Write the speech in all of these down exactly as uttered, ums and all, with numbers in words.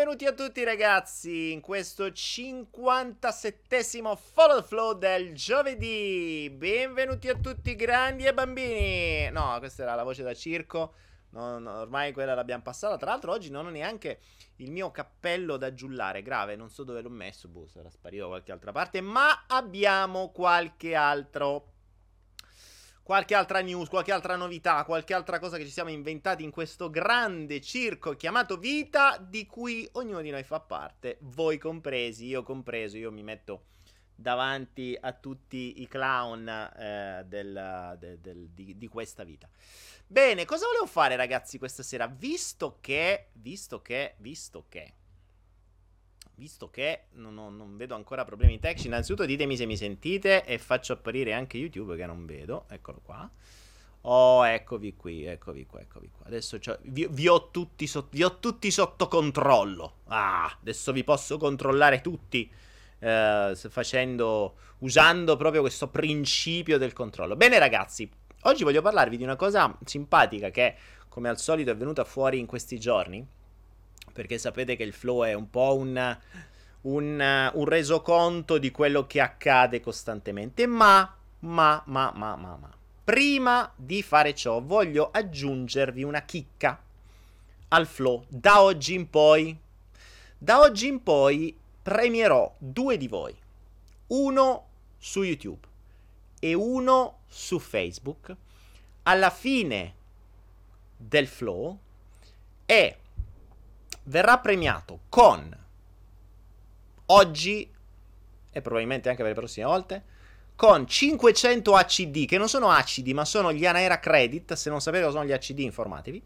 Benvenuti a tutti ragazzi in questo cinquantasettesimo Follow the Flow del giovedì. Benvenuti a tutti grandi e bambini. No, questa era la voce da circo, no, no, ormai quella l'abbiamo passata. Tra l'altro oggi non ho neanche il mio cappello da giullare, grave, non so dove l'ho messo, boh, sarà sparito da qualche altra parte. Ma abbiamo qualche altro Qualche altra news, qualche altra novità, qualche altra cosa che ci siamo inventati in questo grande circo chiamato vita, di cui ognuno di noi fa parte, voi compresi, io compreso. Io mi metto davanti a tutti i clown eh, del, del, del, di, di questa vita. Bene, cosa volevo fare ragazzi questa sera? Visto che, visto che, visto che... Visto che non, non, non vedo ancora problemi tecnici, innanzitutto ditemi se mi sentite e faccio apparire anche YouTube che non vedo. Eccolo qua. Oh, eccovi qui, eccovi qua, eccovi qua. Adesso vi, vi, ho tutti so, vi ho tutti sotto controllo. Ah, adesso vi posso controllare tutti eh, facendo, usando proprio questo principio del controllo. Bene ragazzi, oggi voglio parlarvi di una cosa simpatica che come al solito è venuta fuori in questi giorni. Perché sapete che il flow è un po' un, un, un resoconto di quello che accade costantemente. Ma, ma, ma, ma, ma, ma. Prima di fare ciò voglio aggiungervi una chicca al flow. Da oggi in poi, da oggi in poi premierò due di voi. Uno su YouTube e uno su Facebook. Alla fine del flow e... verrà premiato con, oggi e probabilmente anche per le prossime volte, con cinquecento A C D, che non sono acidi ma sono gli Anaera Credit. Se non sapete cosa sono gli A C D informatevi.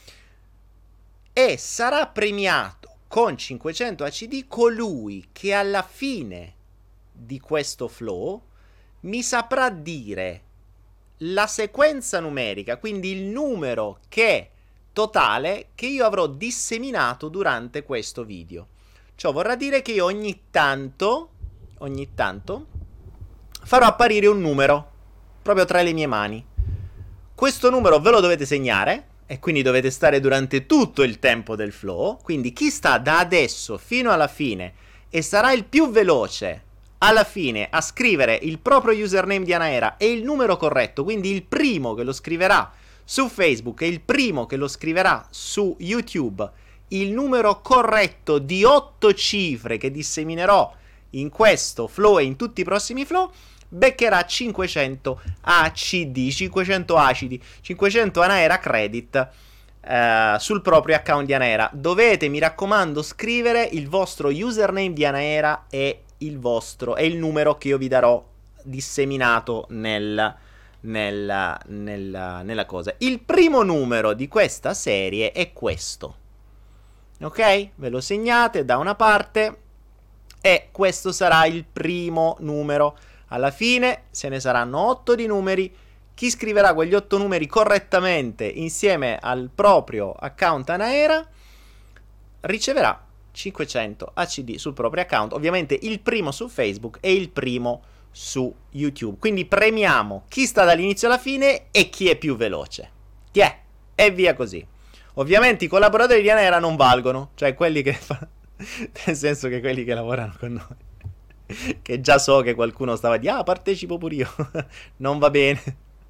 E sarà premiato con cinquecento A C D colui che alla fine di questo flow mi saprà dire la sequenza numerica, quindi il numero che totale che io avrò disseminato durante questo video. Ciò vorrà dire che io ogni tanto ogni tanto farò apparire un numero proprio tra le mie mani. Questo numero ve lo dovete segnare e quindi dovete stare durante tutto il tempo del flow. Quindi chi sta da adesso fino alla fine e sarà il più veloce alla fine a scrivere il proprio username di Anaera e il numero corretto, quindi il primo che lo scriverà su Facebook e il primo che lo scriverà su YouTube, il numero corretto di otto cifre che disseminerò in questo flow e in tutti i prossimi flow, beccherà cinquecento A C D, cinquecento acidi, cinquecento Anaera Credit eh, sul proprio account di Anaera. Dovete, mi raccomando, scrivere il vostro username di Anaera e il vostro e il numero che io vi darò disseminato nel Nella, nella, nella cosa. Il primo numero di questa serie è questo, ok? Ve lo segnate da una parte e questo sarà il primo numero. Alla fine se ne saranno otto di numeri. Chi scriverà quegli otto numeri correttamente insieme al proprio account Anaera riceverà cinquecento A C D sul proprio account. Ovviamente il primo su Facebook e il primo su YouTube. Quindi premiamo chi sta dall'inizio alla fine e chi è più veloce. Tiè, e via così. Ovviamente i collaboratori di Anaera non valgono, cioè quelli che fa... nel senso che quelli che lavorano con noi, che già so che qualcuno stava di ah partecipo pure io. Non va bene.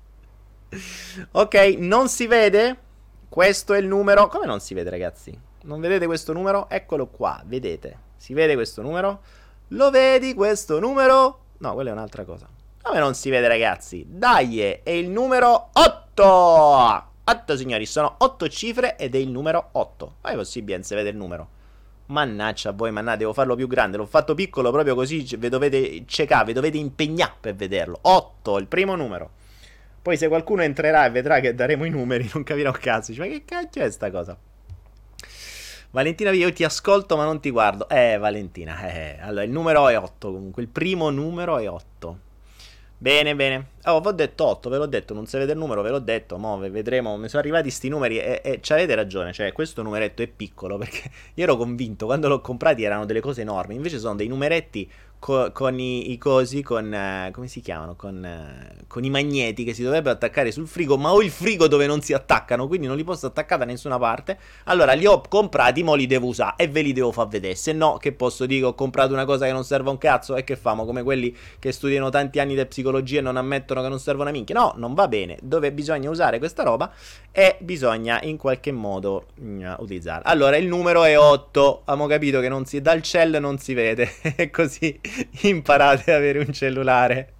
Ok, non si vede? Questo è il numero. Come non si vede ragazzi? Non vedete questo numero? Eccolo qua, vedete? Si vede questo numero? Lo vedi questo numero? No, quella è un'altra cosa. Come non si vede ragazzi? Dai, è il numero otto. otto signori, sono otto cifre ed è il numero otto. Ma è possibile non si vede il numero? Mannaggia a voi, mannaggia, devo farlo più grande. L'ho fatto piccolo proprio così vi dovete ciecare, vi dovete impegnare per vederlo. otto, il primo numero. Poi se qualcuno entrerà e vedrà che daremo i numeri non capirà un cazzo. Dice, ma che cacchio è sta cosa? Valentina, io ti ascolto ma non ti guardo. Eh, Valentina, eh. Allora, il numero è otto comunque. Il primo numero è otto. Bene, bene. Oh, vi ho detto otto, ve l'ho detto, non si vede il numero, ve l'ho detto, mo vedremo, mi sono arrivati sti numeri e, e ci avete ragione, cioè questo numeretto è piccolo perché io ero convinto, quando l'ho comprati erano delle cose enormi, invece sono dei numeretti co- con i, i cosi, con, eh, come si chiamano, con, eh, con i magneti che si dovrebbero attaccare sul frigo, ma ho il frigo dove non si attaccano, quindi non li posso attaccare da nessuna parte, allora li ho comprati, mo li devo usare e ve li devo far vedere, se no che posso dire che ho comprato una cosa che non serve a un cazzo e che famo come quelli che studiano tanti anni di psicologia e non ammettono che non serve una minchia. No, non va bene. Dove bisogna usare questa roba e bisogna in qualche modo mm, utilizzarla. Allora, il numero è otto. Abbiamo capito che non si, dal cell non si vede. E così imparate ad avere un cellulare.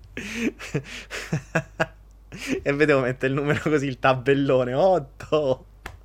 E vedevo mette il numero così, il tabellone. otto.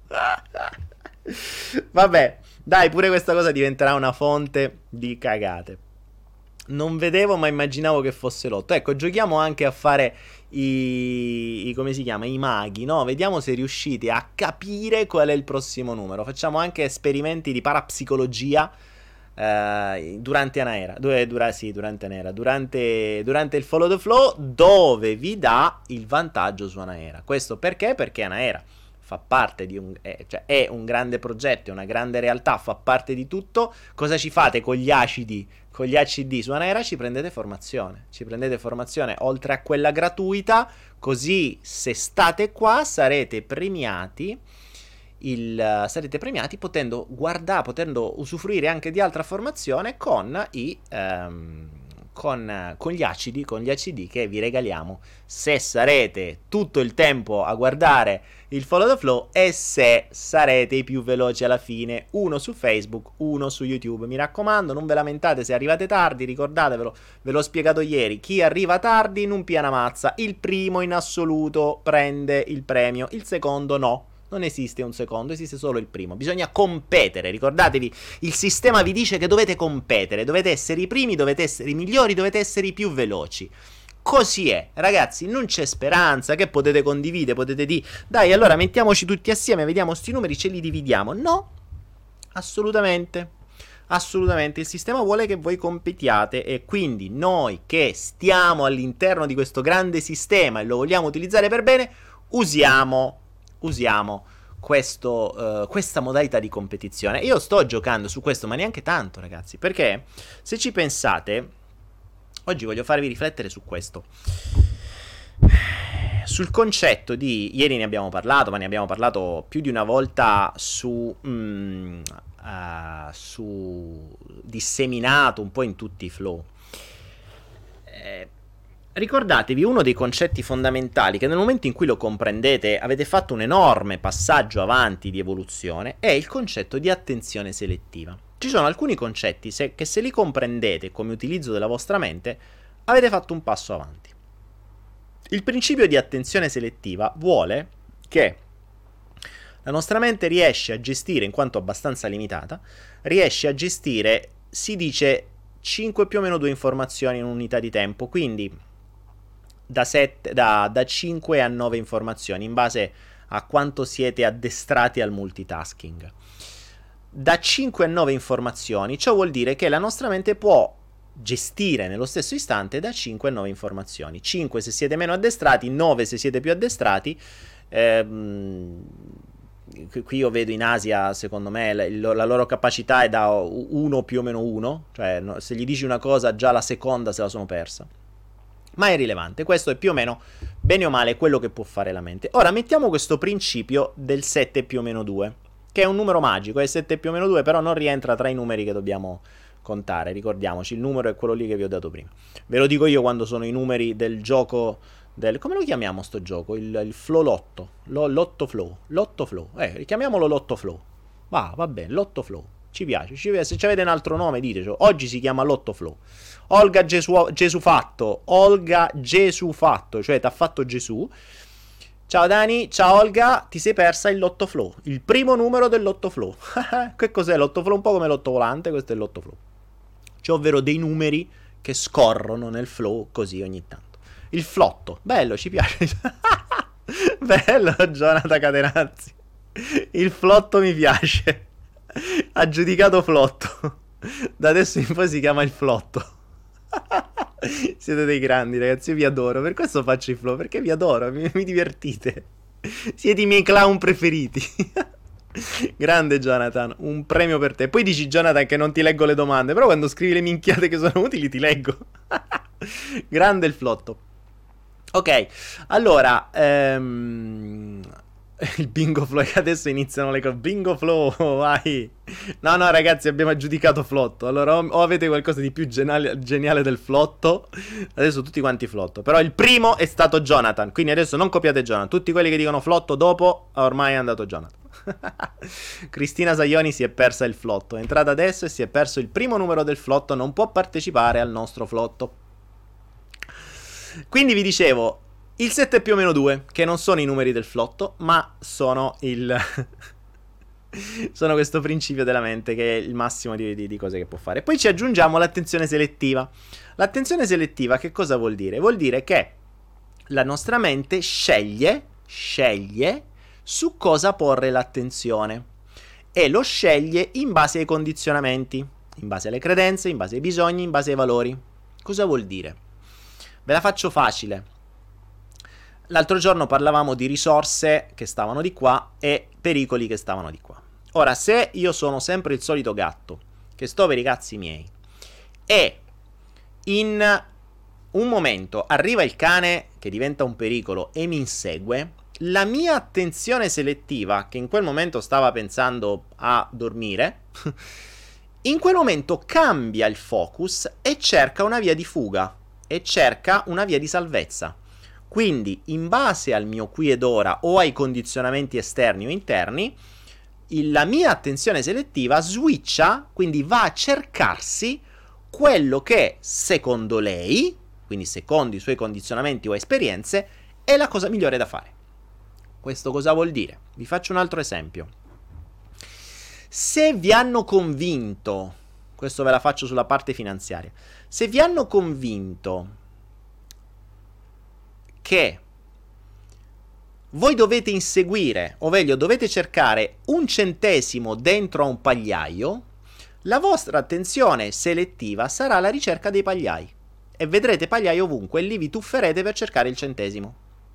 Vabbè, dai, pure questa cosa diventerà una fonte di cagate. Non vedevo, ma immaginavo che fosse l'otto. Ecco, giochiamo anche a fare i, i come si chiama? I maghi, no? Vediamo se riuscite a capire qual è il prossimo numero. Facciamo anche esperimenti di parapsicologia eh, durante Anaera. Dura, dura, sì, durante Anaera. Durante, durante il Follow the Flow, dove vi dà il vantaggio su Anaera. Questo perché? Perché Anaera fa parte di un, eh, cioè è un grande progetto, è una grande realtà, fa parte di tutto. Cosa ci fate con gli acidi? Con gli A C D su Anaera ci prendete formazione, ci prendete formazione oltre a quella gratuita, così se state qua sarete premiati, il, sarete premiati potendo guardare, potendo usufruire anche di altra formazione con i... Um, Con, con gli acidi, con gli A C D che vi regaliamo se sarete tutto il tempo a guardare il Follow the Flow e se sarete i più veloci alla fine, uno su Facebook, uno su YouTube. Mi raccomando, non ve lamentate se arrivate tardi, ricordatevelo, ve l'ho spiegato ieri, chi arriva tardi non pia una mazza, il primo in assoluto prende il premio, il secondo no. Non esiste un secondo, esiste solo il primo. Bisogna competere, ricordatevi, il sistema vi dice che dovete competere, dovete essere i primi, dovete essere i migliori, dovete essere i più veloci. Così è, ragazzi, non c'è speranza che potete condividere, potete dire, dai, allora mettiamoci tutti assieme, vediamo sti numeri, ce li dividiamo. No, assolutamente, assolutamente, il sistema vuole che voi competiate e quindi noi che stiamo all'interno di questo grande sistema e lo vogliamo utilizzare per bene, usiamo... usiamo questo, uh, questa modalità di competizione. Io sto giocando su questo, ma neanche tanto, ragazzi, perché se ci pensate, oggi voglio farvi riflettere su questo, sul concetto di, ieri ne abbiamo parlato, ma ne abbiamo parlato più di una volta su, mm, uh, su disseminato un po' in tutti i flow. Eh, Ricordatevi uno dei concetti fondamentali che nel momento in cui lo comprendete avete fatto un enorme passaggio avanti di evoluzione, è il concetto di attenzione selettiva. Ci sono alcuni concetti se, che se li comprendete come utilizzo della vostra mente avete fatto un passo avanti. Il principio di attenzione selettiva vuole che la nostra mente riesce a gestire, in quanto abbastanza limitata, riesce a gestire, si dice, cinque più o meno due informazioni in unità di tempo, quindi Da, sette, da, da cinque a nove informazioni in base a quanto siete addestrati al multitasking. Da cinque a nove informazioni, ciò vuol dire che la nostra mente può gestire nello stesso istante da cinque a nove informazioni. cinque se siete meno addestrati, nove se siete più addestrati. Ehm, qui io vedo in Asia, secondo me, la, la loro capacità è da uno più o meno uno, cioè no, se gli dici una cosa già la seconda se la sono persa. Ma è rilevante, questo è più o meno, bene o male, quello che può fare la mente. Ora mettiamo questo principio del sette più o meno due, che è un numero magico, è sette più o meno due, però non rientra tra i numeri che dobbiamo contare, ricordiamoci, il numero è quello lì che vi ho dato prima. Ve lo dico io quando sono i numeri del gioco, del, come lo chiamiamo sto gioco? Il, il Flow Lotto, lo, Lotto Flow, Lotto Flow, eh, chiamiamolo Lotto Flow, va, va bene, Lotto Flow. Ci piace, ci piace, se avete un altro nome ditecelo. Oggi si chiama Lotto Flow. Olga Gesù, Gesù fatto, Olga Gesù fatto, cioè ti ha fatto Gesù. Ciao Dani, ciao Olga, ti sei persa il Lotto Flow, il primo numero del Lotto Flow. Che cos'è Lotto Flow? Un po' come Lotto Volante, questo è il Lotto Flow. Cioè, ovvero dei numeri che scorrono nel flow così ogni tanto. Il flotto, bello, ci piace. Bello, Jonathan Catenazzi. Il flotto mi piace. Ha giudicato flotto. Da adesso in poi si chiama il flotto. Siete dei grandi, ragazzi, io vi adoro, per questo faccio i flow, perché vi adoro, mi, mi divertite. Siete i miei clown preferiti. Grande Jonathan, un premio per te. Poi dici, Jonathan, che non ti leggo le domande, però quando scrivi le minchiate che sono utili ti leggo. Grande il flotto. Ok, allora, ehm... il bingo flow, che adesso iniziano le cose. Bingo flow, vai. No, no, ragazzi, abbiamo aggiudicato flotto. Allora, o, o avete qualcosa di più geniale, geniale del flotto. Adesso tutti quanti flotto. Però il primo è stato Jonathan. Quindi adesso non copiate Jonathan. Tutti quelli che dicono flotto dopo, ormai è andato Jonathan. Cristina Saioni si è persa il flotto. È entrata adesso e si è perso il primo numero del flotto. Non può partecipare al nostro flotto. Quindi vi dicevo, il sette più o meno due, che non sono i numeri del flotto, ma sono il... sono questo principio della mente che è il massimo di, di, di cose che può fare. Poi ci aggiungiamo l'attenzione selettiva. L'attenzione selettiva che cosa vuol dire? Vuol dire che la nostra mente sceglie, sceglie su cosa porre l'attenzione. E lo sceglie in base ai condizionamenti, in base alle credenze, in base ai bisogni, in base ai valori. Cosa vuol dire? Ve la faccio facile. L'altro giorno parlavamo di risorse che stavano di qua e pericoli che stavano di qua. Ora, se io sono sempre il solito gatto che sto per i cazzi miei e in un momento arriva il cane che diventa un pericolo e mi insegue, la mia attenzione selettiva, che in quel momento stava pensando a dormire, in quel momento cambia il focus e cerca una via di fuga e cerca una via di salvezza. Quindi, in base al mio qui ed ora o ai condizionamenti esterni o interni, il, la mia attenzione selettiva switcha, quindi va a cercarsi quello che, secondo lei, quindi secondo i suoi condizionamenti o esperienze, è la cosa migliore da fare. Questo cosa vuol dire? Vi faccio un altro esempio. Se vi hanno convinto, questo ve la faccio sulla parte finanziaria, se vi hanno convinto che voi dovete inseguire, o meglio, dovete cercare un centesimo dentro a un pagliaio, la vostra attenzione selettiva sarà la ricerca dei pagliai. E vedrete pagliai ovunque e lì vi tufferete per cercare il centesimo.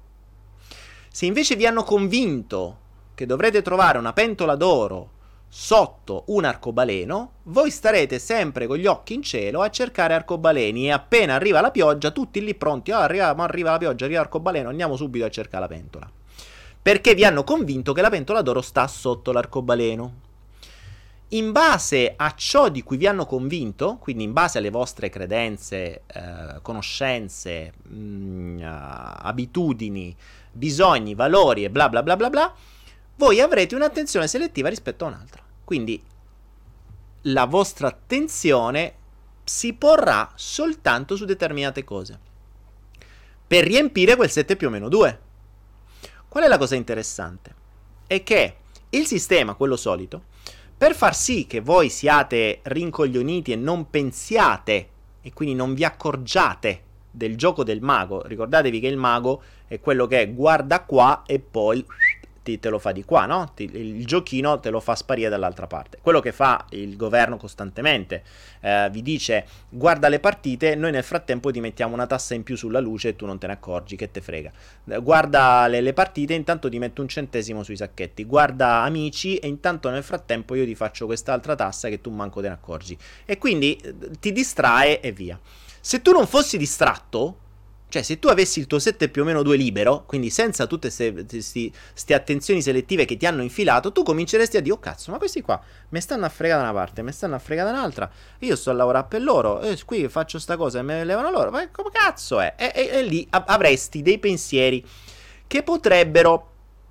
Se invece vi hanno convinto che dovrete trovare una pentola d'oro sotto un arcobaleno, voi starete sempre con gli occhi in cielo a cercare arcobaleni e appena arriva la pioggia tutti lì pronti, oh, arriva, arriva la pioggia, arriva l'arcobaleno, andiamo subito a cercare la pentola, perché vi hanno convinto che la pentola d'oro sta sotto l'arcobaleno. In base a ciò di cui vi hanno convinto, quindi in base alle vostre credenze, eh, conoscenze, mh, abitudini, bisogni, valori e bla bla bla bla bla, voi avrete un'attenzione selettiva rispetto a un'altra. Quindi la vostra attenzione si porrà soltanto su determinate cose per riempire quel sette più o meno due. Qual è la cosa interessante? È che il sistema, quello solito, per far sì che voi siate rincoglioniti e non pensiate e quindi non vi accorgiate del gioco del mago, ricordatevi che il mago è quello che guarda qua e poi Ti, te lo fa di qua, no? Ti, il giochino te lo fa sparire dall'altra parte. Quello che fa il governo costantemente, eh, vi dice guarda le partite, noi nel frattempo ti mettiamo una tassa in più sulla luce e tu non te ne accorgi, che te frega. Guarda le, le partite, intanto ti metto un centesimo sui sacchetti. Guarda Amici e intanto nel frattempo io ti faccio quest'altra tassa che tu manco te ne accorgi. E quindi ti distrae e via. Se tu non fossi distratto, cioè, se tu avessi il tuo sette più o meno due libero, quindi senza tutte queste attenzioni selettive che ti hanno infilato, tu cominceresti a dire, oh cazzo, ma questi qua mi stanno a fregare da una parte, mi stanno a fregare da un'altra, io sto a lavorare per loro, e qui faccio sta cosa e me ne levano loro, ma come cazzo è? E, e, e lì avresti dei pensieri che potrebbero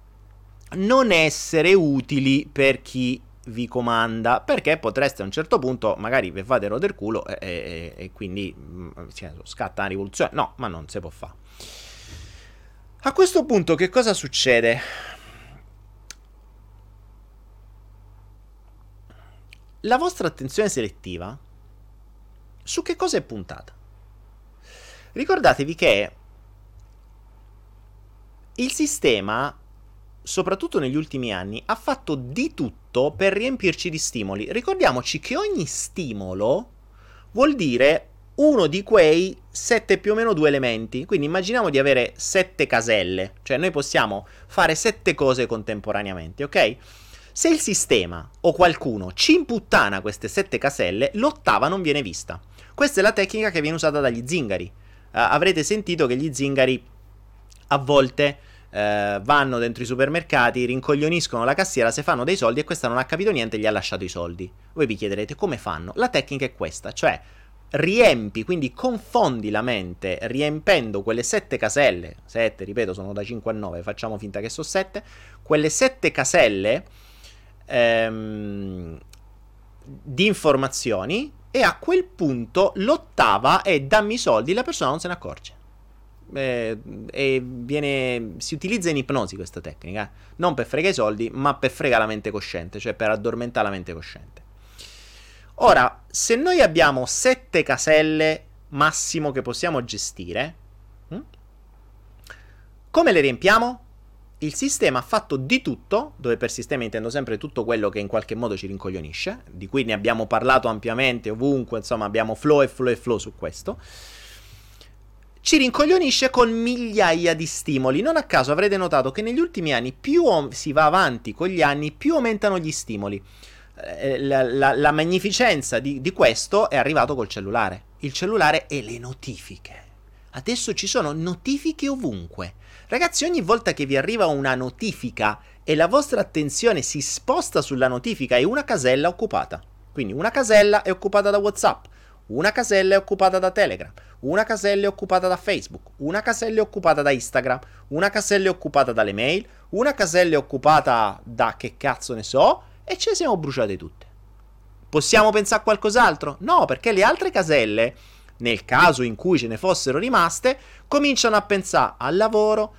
non essere utili per chi vi comanda, perché potreste a un certo punto magari vi fate roder culo e, e, e quindi cioè, scatta una rivoluzione. No, ma non si può fare. A questo punto che cosa succede? La vostra attenzione selettiva su che cosa è puntata? Ricordatevi che il sistema, soprattutto negli ultimi anni, ha fatto di tutto per riempirci di stimoli. Ricordiamoci che ogni stimolo vuol dire uno di quei sette più o meno due elementi. Quindi immaginiamo di avere sette caselle, cioè noi possiamo fare sette cose contemporaneamente, ok? Se il sistema o qualcuno ci imputtana queste sette caselle, l'ottava non viene vista. Questa è la tecnica che viene usata dagli zingari. Uh, avrete sentito che gli zingari a volte uh, vanno dentro i supermercati, rincoglioniscono la cassiera, se fanno dei soldi e questa non ha capito niente e gli ha lasciato i soldi. Voi vi chiederete come fanno? La tecnica è questa, cioè riempi, quindi confondi la mente riempendo quelle sette caselle, sette, ripeto, sono da cinque a nove, facciamo finta che sono sette, quelle sette caselle ehm, di informazioni, e a quel punto l'ottava è dammi i soldi, la persona non se ne accorge. Eh, e viene, si utilizza in ipnosi questa tecnica, non per fregare i soldi, ma per fregare la mente cosciente, cioè per addormentare la mente cosciente. Ora, se noi abbiamo sette caselle massimo che possiamo gestire, hm? come le riempiamo? Il sistema ha fatto di tutto, dove per sistema intendo sempre tutto quello che in qualche modo ci rincoglionisce, di cui ne abbiamo parlato ampiamente ovunque, insomma abbiamo flow e flow e flow su questo, ci rincoglionisce con migliaia di stimoli. Non a caso avrete notato che negli ultimi anni più si va avanti con gli anni, più aumentano gli stimoli. La, la, la magnificenza di, di questo è arrivato col cellulare. Il cellulare e le notifiche. Adesso ci sono notifiche ovunque. Ragazzi, ogni volta che vi arriva una notifica e la vostra attenzione si sposta sulla notifica, è una casella occupata. Quindi una casella è occupata da WhatsApp, una casella è occupata da Telegram, una casella è occupata da Facebook, una casella è occupata da Instagram, una casella è occupata dalle mail, una casella è occupata da che cazzo ne so, e ce le siamo bruciate tutte. Possiamo pensare a qualcos'altro? No, perché le altre caselle, nel caso in cui ce ne fossero rimaste, cominciano a pensare al lavoro,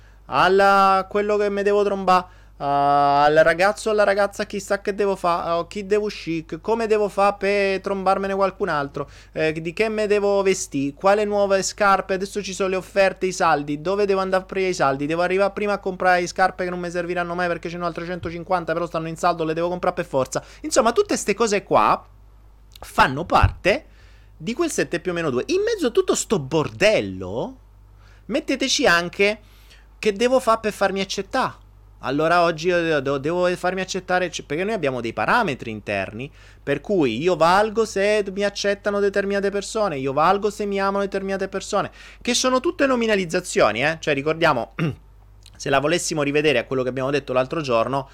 a quello che mi devo trombare, uh, al ragazzo o alla ragazza, chissà che devo fare, uh, chi devo uscire, come devo fare per trombarmene qualcun altro, eh, di che me devo vestire, quale nuove scarpe, adesso ci sono le offerte, i saldi, dove devo andare a prendere i saldi, devo arrivare prima a comprare le scarpe che non mi serviranno mai perché ce ne ho altre centocinquanta, però stanno in saldo, le devo comprare per forza. Insomma, tutte queste cose qua fanno parte di quel sette più o meno due. In mezzo a tutto sto bordello metteteci anche che devo fare per farmi accettare. Allora oggi io devo farmi accettare, perché noi abbiamo dei parametri interni per cui io valgo se mi accettano determinate persone, io valgo se mi amano determinate persone, che sono tutte nominalizzazioni, eh? Cioè ricordiamo, se la volessimo rivedere a quello che abbiamo detto l'altro giorno,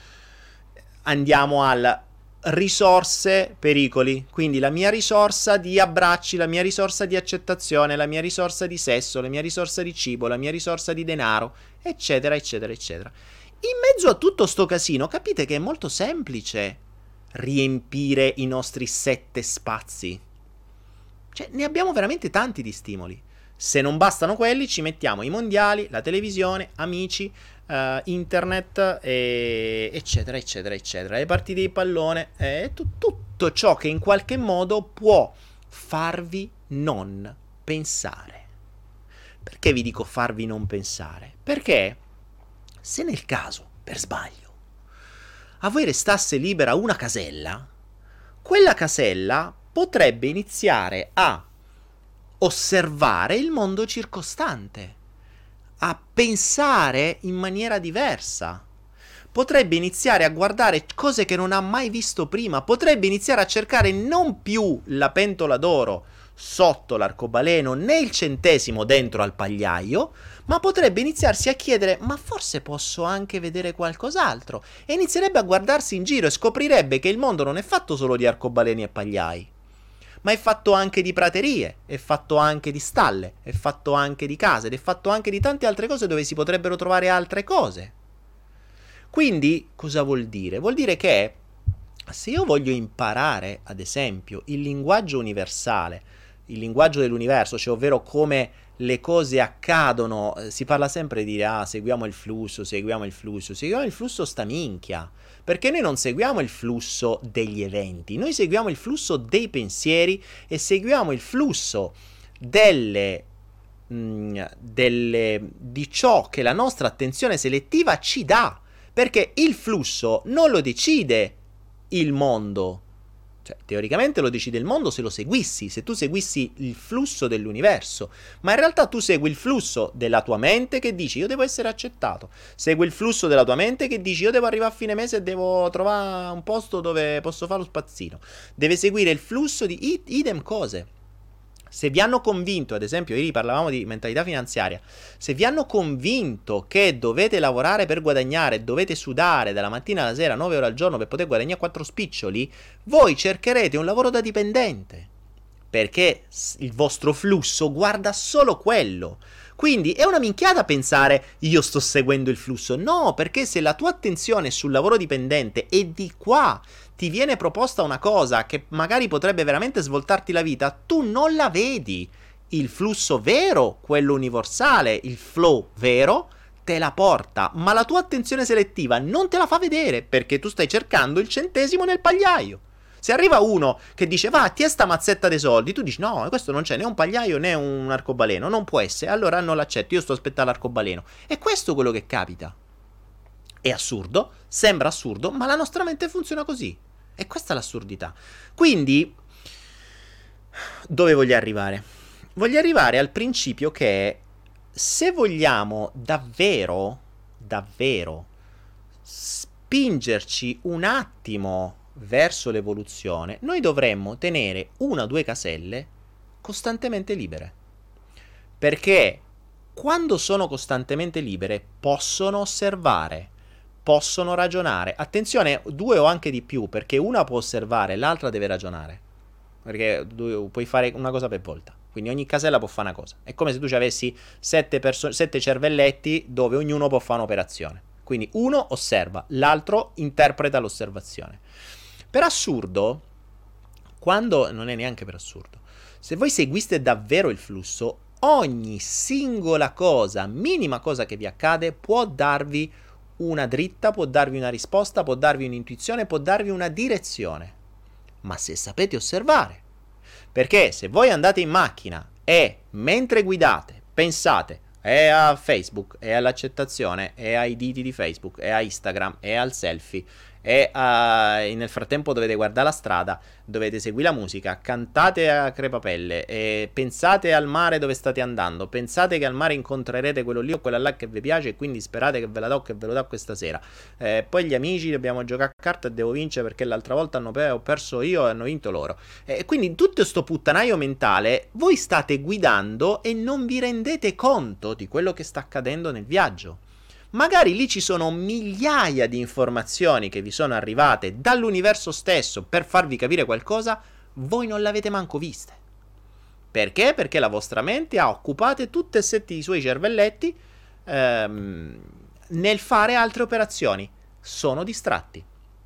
andiamo al risorse, pericoli. Quindi la mia risorsa di abbracci, la mia risorsa di accettazione, la mia risorsa di sesso, la mia risorsa di cibo, la mia risorsa di denaro, eccetera, eccetera, eccetera. In mezzo a tutto sto casino, capite che è molto semplice riempire i nostri sette spazi. Cioè, ne abbiamo veramente tanti di stimoli. Se non bastano quelli, ci mettiamo i mondiali, la televisione, amici, Uh, internet, e eccetera, eccetera, eccetera, le partite di pallone, e t- tutto ciò che in qualche modo può farvi non pensare. Perché vi dico farvi non pensare? Perché se nel caso, per sbaglio, a voi restasse libera una casella, quella casella potrebbe iniziare a osservare il mondo circostante, a pensare in maniera diversa. Potrebbe iniziare a guardare cose che non ha mai visto prima. Potrebbe iniziare a cercare non più la pentola d'oro sotto l'arcobaleno né il centesimo dentro al pagliaio, ma potrebbe iniziarsi a chiedere: ma forse posso anche vedere qualcos'altro? E inizierebbe a guardarsi in giro e scoprirebbe che il mondo non è fatto solo di arcobaleni e pagliai, ma è fatto anche di praterie, è fatto anche di stalle, è fatto anche di case, ed è fatto anche di tante altre cose dove si potrebbero trovare altre cose. Quindi, cosa vuol dire? Vuol dire che se io voglio imparare, ad esempio, il linguaggio universale, il linguaggio dell'universo, cioè ovvero come le cose accadono, si parla sempre di dire: ah, seguiamo il flusso, seguiamo il flusso, seguiamo il flusso sta minchia. Perché noi non seguiamo il flusso degli eventi, noi seguiamo il flusso dei pensieri e seguiamo il flusso delle, mh, delle, di ciò che la nostra attenzione selettiva ci dà. Perché il flusso non lo decide il mondo, Cioè, teoricamente lo decide il mondo se lo seguissi, se tu seguissi il flusso dell'universo, ma in realtà tu segui il flusso della tua mente che dici io devo essere accettato, segui il flusso della tua mente che dici io devo arrivare a fine mese e devo trovare un posto dove posso fare lo spazzino, deve seguire il flusso di idem cose. Se vi hanno convinto, ad esempio, ieri parlavamo di mentalità finanziaria, se vi hanno convinto che dovete lavorare per guadagnare, dovete sudare dalla mattina alla sera nove ore al giorno per poter guadagnare quattro spiccioli, voi cercherete un lavoro da dipendente, perché il vostro flusso guarda solo quello. Quindi è una minchiata pensare io sto seguendo il flusso. No, perché se la tua attenzione è sul lavoro dipendente e di qua ti viene proposta una cosa che magari potrebbe veramente svoltarti la vita, tu non la vedi. Il flusso vero, quello universale, il flow vero, te la porta, ma la tua attenzione selettiva non te la fa vedere perché tu stai cercando il centesimo nel pagliaio. Se arriva uno che dice va, ti è sta mazzetta dei soldi, tu dici no, questo non c'è né un pagliaio né un arcobaleno, non può essere, allora non l'accetto, io sto aspettando l'arcobaleno. E questo è quello che capita. È assurdo, sembra assurdo, ma la nostra mente funziona così. E questa è l'assurdità. Quindi, dove voglio arrivare? Voglio arrivare al principio che se vogliamo davvero, davvero spingerci un attimo verso l'evoluzione, noi dovremmo tenere una o due caselle costantemente libere. Perché quando sono costantemente libere possono osservare, possono ragionare. Attenzione, due o anche di più, perché una può osservare, l'altra deve ragionare. Perché puoi fare una cosa per volta. Quindi ogni casella può fare una cosa. È come se tu ci avessi sette, perso- sette cervelletti dove ognuno può fare un'operazione. Quindi uno osserva, l'altro interpreta l'osservazione. Per assurdo, quando non è neanche per assurdo, se voi seguiste davvero il flusso, ogni singola cosa, minima cosa che vi accade, può darvi una dritta, può darvi una risposta, può darvi un'intuizione, può darvi una direzione. Ma se sapete osservare. Perché se voi andate in macchina e mentre guidate pensate è a Facebook, è all'accettazione, è ai diti di Facebook, è a Instagram, è al selfie, e uh, nel frattempo dovete guardare la strada, dovete seguire la musica, cantate a crepapelle e pensate al mare dove state andando, pensate che al mare incontrerete quello lì o quella là che vi piace e quindi sperate che ve la do, che ve lo do questa sera, eh, poi gli amici dobbiamo giocare a carte e devo vincere perché l'altra volta hanno pe- ho perso io e hanno vinto loro, e eh, quindi in tutto sto puttanaio mentale voi state guidando e non vi rendete conto di quello che sta accadendo nel viaggio. Magari lì ci sono migliaia di informazioni che vi sono arrivate dall'universo stesso per farvi capire qualcosa, voi non l'avete manco viste. Perché? Perché la vostra mente ha occupato tutti e sette i suoi cervelletti ehm, nel fare altre operazioni. Sono distratti.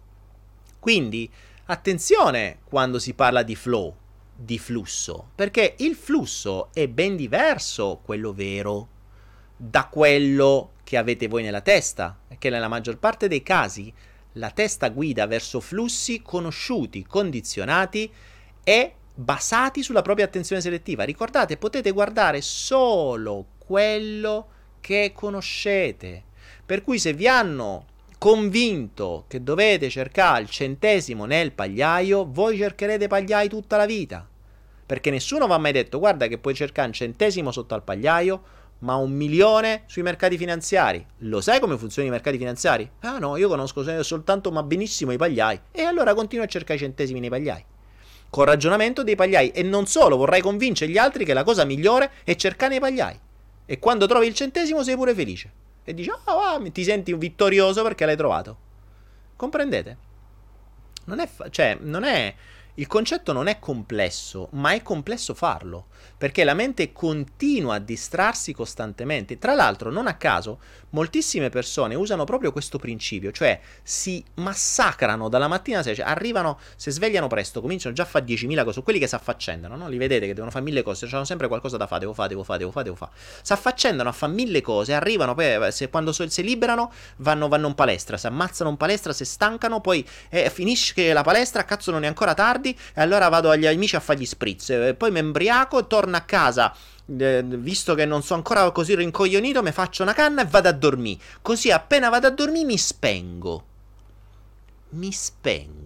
Quindi, attenzione quando si parla di flow, di flusso, perché il flusso è ben diverso, quello vero, da quello che avete voi nella testa, perché nella maggior parte dei casi la testa guida verso flussi conosciuti, condizionati e basati sulla propria attenzione selettiva. Ricordate, potete guardare solo quello che conoscete, per cui se vi hanno convinto che dovete cercare il centesimo nel pagliaio, voi cercherete pagliai tutta la vita, perché nessuno vi ha mai detto guarda che puoi cercare un centesimo sotto al pagliaio ma un milione sui mercati finanziari. Lo sai come funzionano i mercati finanziari? Ah no, io conosco soltanto ma benissimo i pagliai. E allora continuo a cercare i centesimi nei pagliai. Con ragionamento dei pagliai. E non solo, vorrai convincere gli altri che la cosa migliore è cercare nei pagliai. E quando trovi il centesimo sei pure felice. E dici, ah, oh, ti senti vittorioso perché l'hai trovato. Comprendete? Non è, fa- cioè, non è... Il concetto non è complesso, ma è complesso farlo, perché la mente continua a distrarsi costantemente. Tra l'altro, non a caso, moltissime persone usano proprio questo principio, cioè si massacrano dalla mattina alla sera, cioè arrivano, si svegliano presto, cominciano già a fare diecimila cose, quelli che si affaccendano, no? Li vedete che devono fare mille cose, hanno sempre qualcosa da fare, devo fare, devo fare, devo fare, devo fare. Si affaccendano a fare mille cose, arrivano, poi se, quando so, si liberano vanno, vanno in palestra, si ammazzano in palestra, si stancano, poi eh, finisce la palestra, cazzo non è ancora tardi, e allora vado agli amici a fargli spritz, e poi mi embriaco, torno a casa, eh, visto che non sono ancora così rincoglionito, mi faccio una canna e vado a dormire, così appena vado a dormire mi spengo, mi spengo,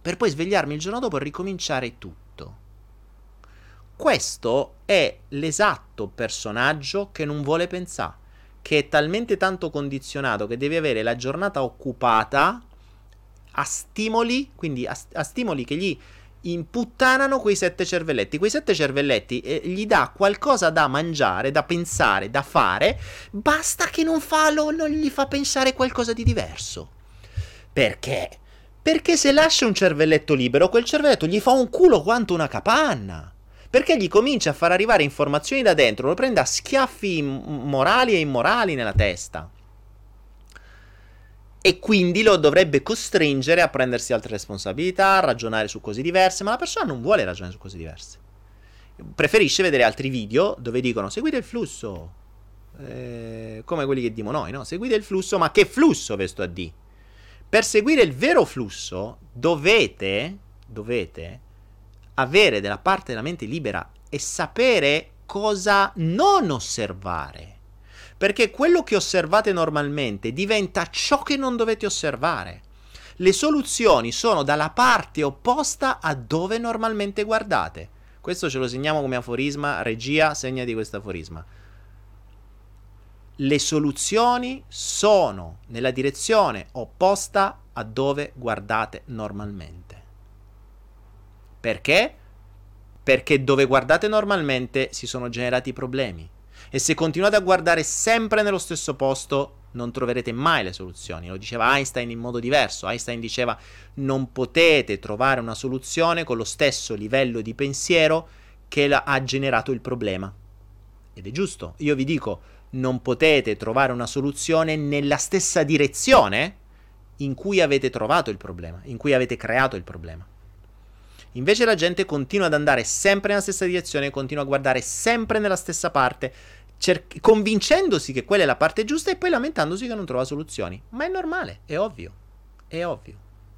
per poi svegliarmi il giorno dopo e ricominciare tutto. Questo è l'esatto personaggio che non vuole pensare, che è talmente tanto condizionato che deve avere la giornata occupata a stimoli, quindi a, a stimoli che gli imputtanano quei sette cervelletti. Quei sette cervelletti eh, gli dà qualcosa da mangiare, da pensare, da fare, basta che non, fa, lo, non gli fa pensare qualcosa di diverso. Perché? Perché se lascia un cervelletto libero, quel cervelletto gli fa un culo quanto una capanna. Perché gli comincia a far arrivare informazioni da dentro, lo prende a schiaffi morali e immorali nella testa. E quindi lo dovrebbe costringere a prendersi altre responsabilità, a ragionare su cose diverse, ma la persona non vuole ragionare su cose diverse. Preferisce vedere altri video dove dicono seguite il flusso, eh, come quelli che dimo noi, no? Seguite il flusso, ma che flusso ve sto a di? Per seguire il vero flusso dovete, dovete avere della parte della mente libera e sapere cosa non osservare. Perché quello che osservate normalmente diventa ciò che non dovete osservare. Le soluzioni sono dalla parte opposta a dove normalmente guardate. Questo ce lo segniamo come aforisma. Regia, segnati questo aforisma. Le soluzioni sono nella direzione opposta a dove guardate normalmente. Perché? Perché dove guardate normalmente si sono generati problemi. E se continuate a guardare sempre nello stesso posto, non troverete mai le soluzioni. Lo diceva Einstein in modo diverso. Einstein diceva: non potete trovare una soluzione con lo stesso livello di pensiero che ha generato il problema. Ed è giusto. Io vi dico, non potete trovare una soluzione nella stessa direzione in cui avete trovato il problema, in cui avete creato il problema. Invece la gente continua ad andare sempre nella stessa direzione, continua a guardare sempre nella stessa parte, cer- convincendosi che quella è la parte giusta e poi lamentandosi che non trova soluzioni. Ma è normale, è ovvio, è ovvio.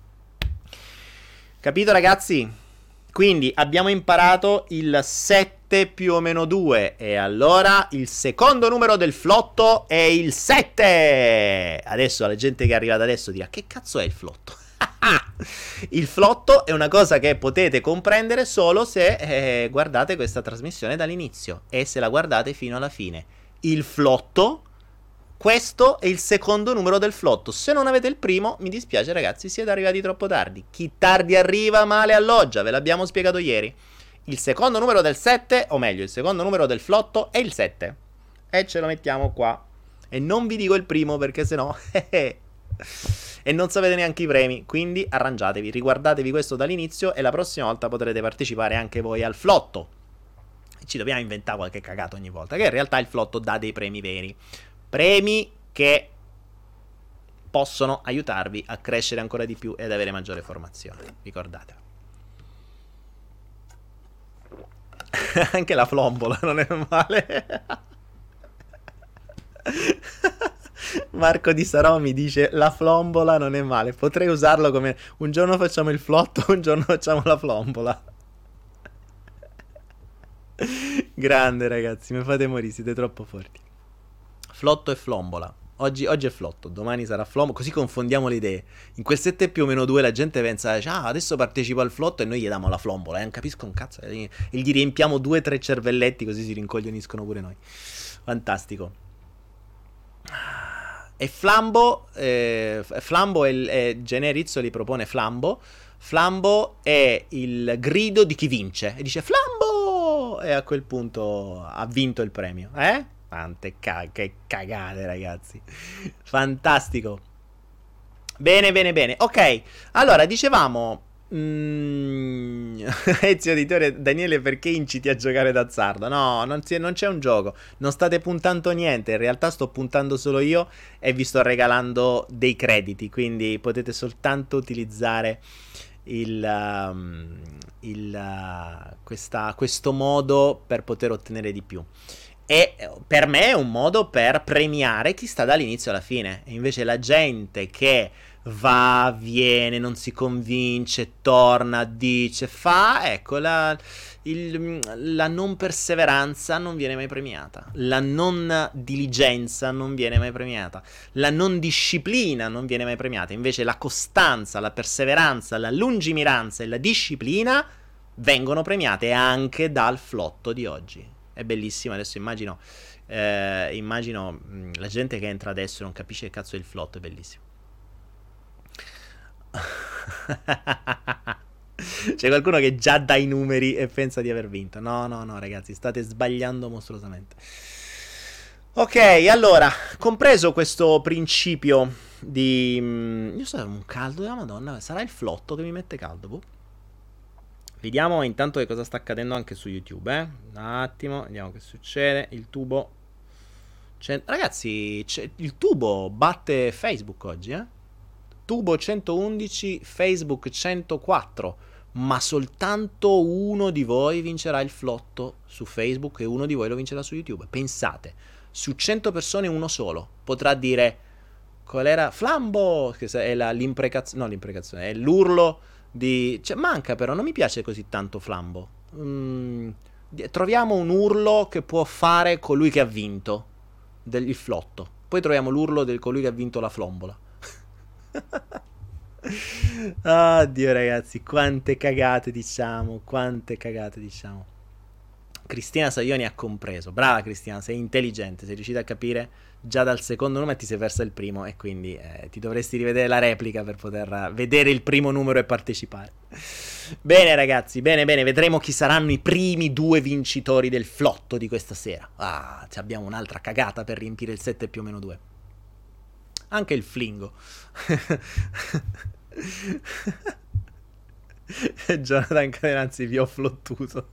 Capito, ragazzi? Quindi abbiamo imparato il sette più o meno due e allora il secondo numero del flotto è il sette. Adesso la gente che è arrivata adesso dirà: che cazzo è il flotto? Il flotto è una cosa che potete comprendere solo se eh, guardate questa trasmissione dall'inizio e se la guardate fino alla fine. Il flotto, questo è il secondo numero del flotto. Se non avete il primo, mi dispiace ragazzi, siete arrivati troppo tardi. Chi tardi arriva male alloggia, ve l'abbiamo spiegato ieri. Il secondo numero del sette, o meglio il secondo numero del flotto è il sette. E ce lo mettiamo qua. E non vi dico il primo perché sennò e non sapete neanche i premi, quindi arrangiatevi, riguardatevi questo dall'inizio e la prossima volta potrete partecipare anche voi al flotto. Ci dobbiamo inventare qualche cagato ogni volta, che in realtà il flotto dà dei premi veri, premi che possono aiutarvi a crescere ancora di più ed avere maggiore formazione, ricordatelo. Anche la flombola non è male. Marco di Sarò mi dice: la flombola non è male, potrei usarlo come un giorno facciamo il flotto, un giorno facciamo la flombola. Grande ragazzi, mi fate morire, siete troppo forti. Flotto e flombola. Oggi, oggi è flotto, domani sarà flombola, così confondiamo le idee. In quel sette più o meno due la gente pensa: ah, adesso partecipo al flotto e noi gli diamo la flombola, e eh? non capisco un cazzo, e gli riempiamo due o tre cervelletti così si rincoglioniscono pure noi. Fantastico. E Flambo, eh, Flambo è, è Gene Rizzoli propone Flambo. Flambo è il grido di chi vince e dice Flambo, e a quel punto ha vinto il premio. Eh? Quante ca- che cagate ragazzi. Fantastico. Bene bene bene. Ok, allora dicevamo Mm, Ezio editore Daniele, perché inciti a giocare d'azzardo? No, non, si, non c'è un gioco, non state puntando niente, in realtà sto puntando solo io e vi sto regalando dei crediti, quindi potete soltanto utilizzare il, um, il, uh, questa, questo modo per poter ottenere di più. E per me è un modo per premiare chi sta dall'inizio alla fine. E invece la gente che va, viene, non si convince, torna, dice, fa, ecco, la, il, la non perseveranza non viene mai premiata, la non diligenza non viene mai premiata, la non disciplina non viene mai premiata. Invece la costanza, la perseveranza, la lungimiranza e la disciplina vengono premiate anche dal flotto di oggi. È bellissimo. Adesso immagino eh, immagino mh, la gente che entra adesso e non capisce che cazzo è il flotto. È bellissimo. C'è qualcuno che già dà i numeri e pensa di aver vinto. No, no, no, ragazzi, state sbagliando mostruosamente. Ok, allora, compreso questo principio di... mh, io so, un caldo della Madonna. Sarà il flotto che mi mette caldo, boh. Vediamo intanto che cosa sta accadendo anche su YouTube, eh. Un attimo, vediamo che succede. Il tubo... C'è... Ragazzi, c'è... il tubo batte Facebook oggi, eh. Tubo centoundici, Facebook centoquattro. Ma soltanto uno di voi vincerà il flotto su Facebook e uno di voi lo vincerà su YouTube. Pensate, su cento persone uno solo potrà dire... Qual era? Flambo! Che è la, l'imprecazione... No, l'imprecazione, è l'urlo... Di... Cioè, manca però, non mi piace così tanto Flambo. Mm, troviamo un urlo che può fare colui che ha vinto del il flotto. Poi troviamo l'urlo del colui che ha vinto la flombola. Oddio, ragazzi, quante cagate diciamo, quante cagate diciamo. Cristina Saioni ha compreso. Brava Cristina, sei intelligente, sei riuscita a capire già dal secondo numero e ti sei persa il primo e quindi eh, ti dovresti rivedere la replica per poter vedere il primo numero e partecipare. Bene ragazzi, bene bene, vedremo chi saranno i primi due vincitori del flotto di questa sera. Ah, abbiamo un'altra cagata per riempire il sette più o meno due. Anche il flingo. Jonathan Cadenanzi, vi ho flottuto.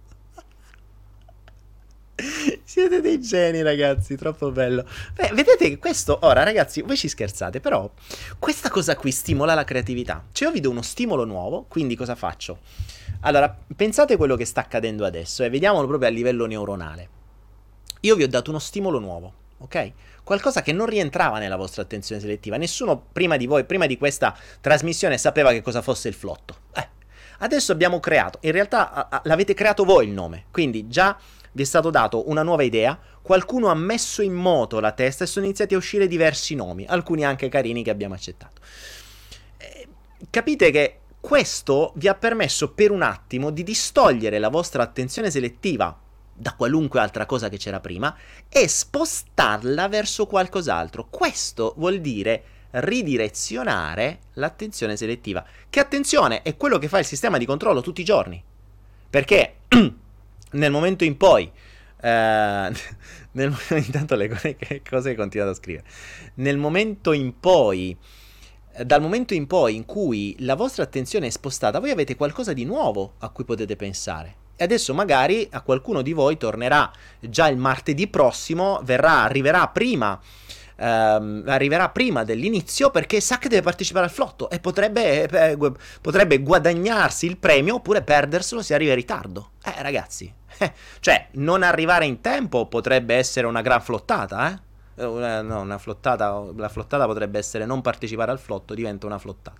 Siete dei geni, ragazzi, troppo bello. Beh, vedete che questo, ora ragazzi, voi ci scherzate, però questa cosa qui stimola la creatività. Cioè io vi do uno stimolo nuovo, quindi cosa faccio? Allora, pensate quello che sta accadendo adesso e vediamolo proprio a livello neuronale. Io vi ho dato uno stimolo nuovo, ok? Qualcosa che non rientrava nella vostra attenzione selettiva. Nessuno prima di voi, prima di questa trasmissione, sapeva che cosa fosse il flotto. Eh, adesso abbiamo creato, in realtà a, a, l'avete creato voi il nome, quindi già... vi è stato dato una nuova idea, qualcuno ha messo in moto la testa e sono iniziati a uscire diversi nomi, alcuni anche carini che abbiamo accettato. Eh, capite che questo vi ha permesso per un attimo di distogliere la vostra attenzione selettiva da qualunque altra cosa che c'era prima e spostarla verso qualcos'altro. Questo vuol dire ridirezionare l'attenzione selettiva, che attenzione è quello che fa il sistema di controllo tutti i giorni, perché nel momento in poi eh, nel, intanto le cose che continuate a scrivere nel momento in poi dal momento in poi in cui la vostra attenzione è spostata, voi avete qualcosa di nuovo a cui potete pensare e adesso magari a qualcuno di voi tornerà già il martedì prossimo, verrà, arriverà prima ehm, arriverà prima dell'inizio perché sa che deve partecipare al flotto e potrebbe, eh, potrebbe guadagnarsi il premio oppure perderselo se arriva in ritardo. Eh ragazzi, eh, cioè non arrivare in tempo potrebbe essere una gran flottata, eh? Una, no, una flottata, la flottata potrebbe essere non partecipare al flotto, diventa una flottata.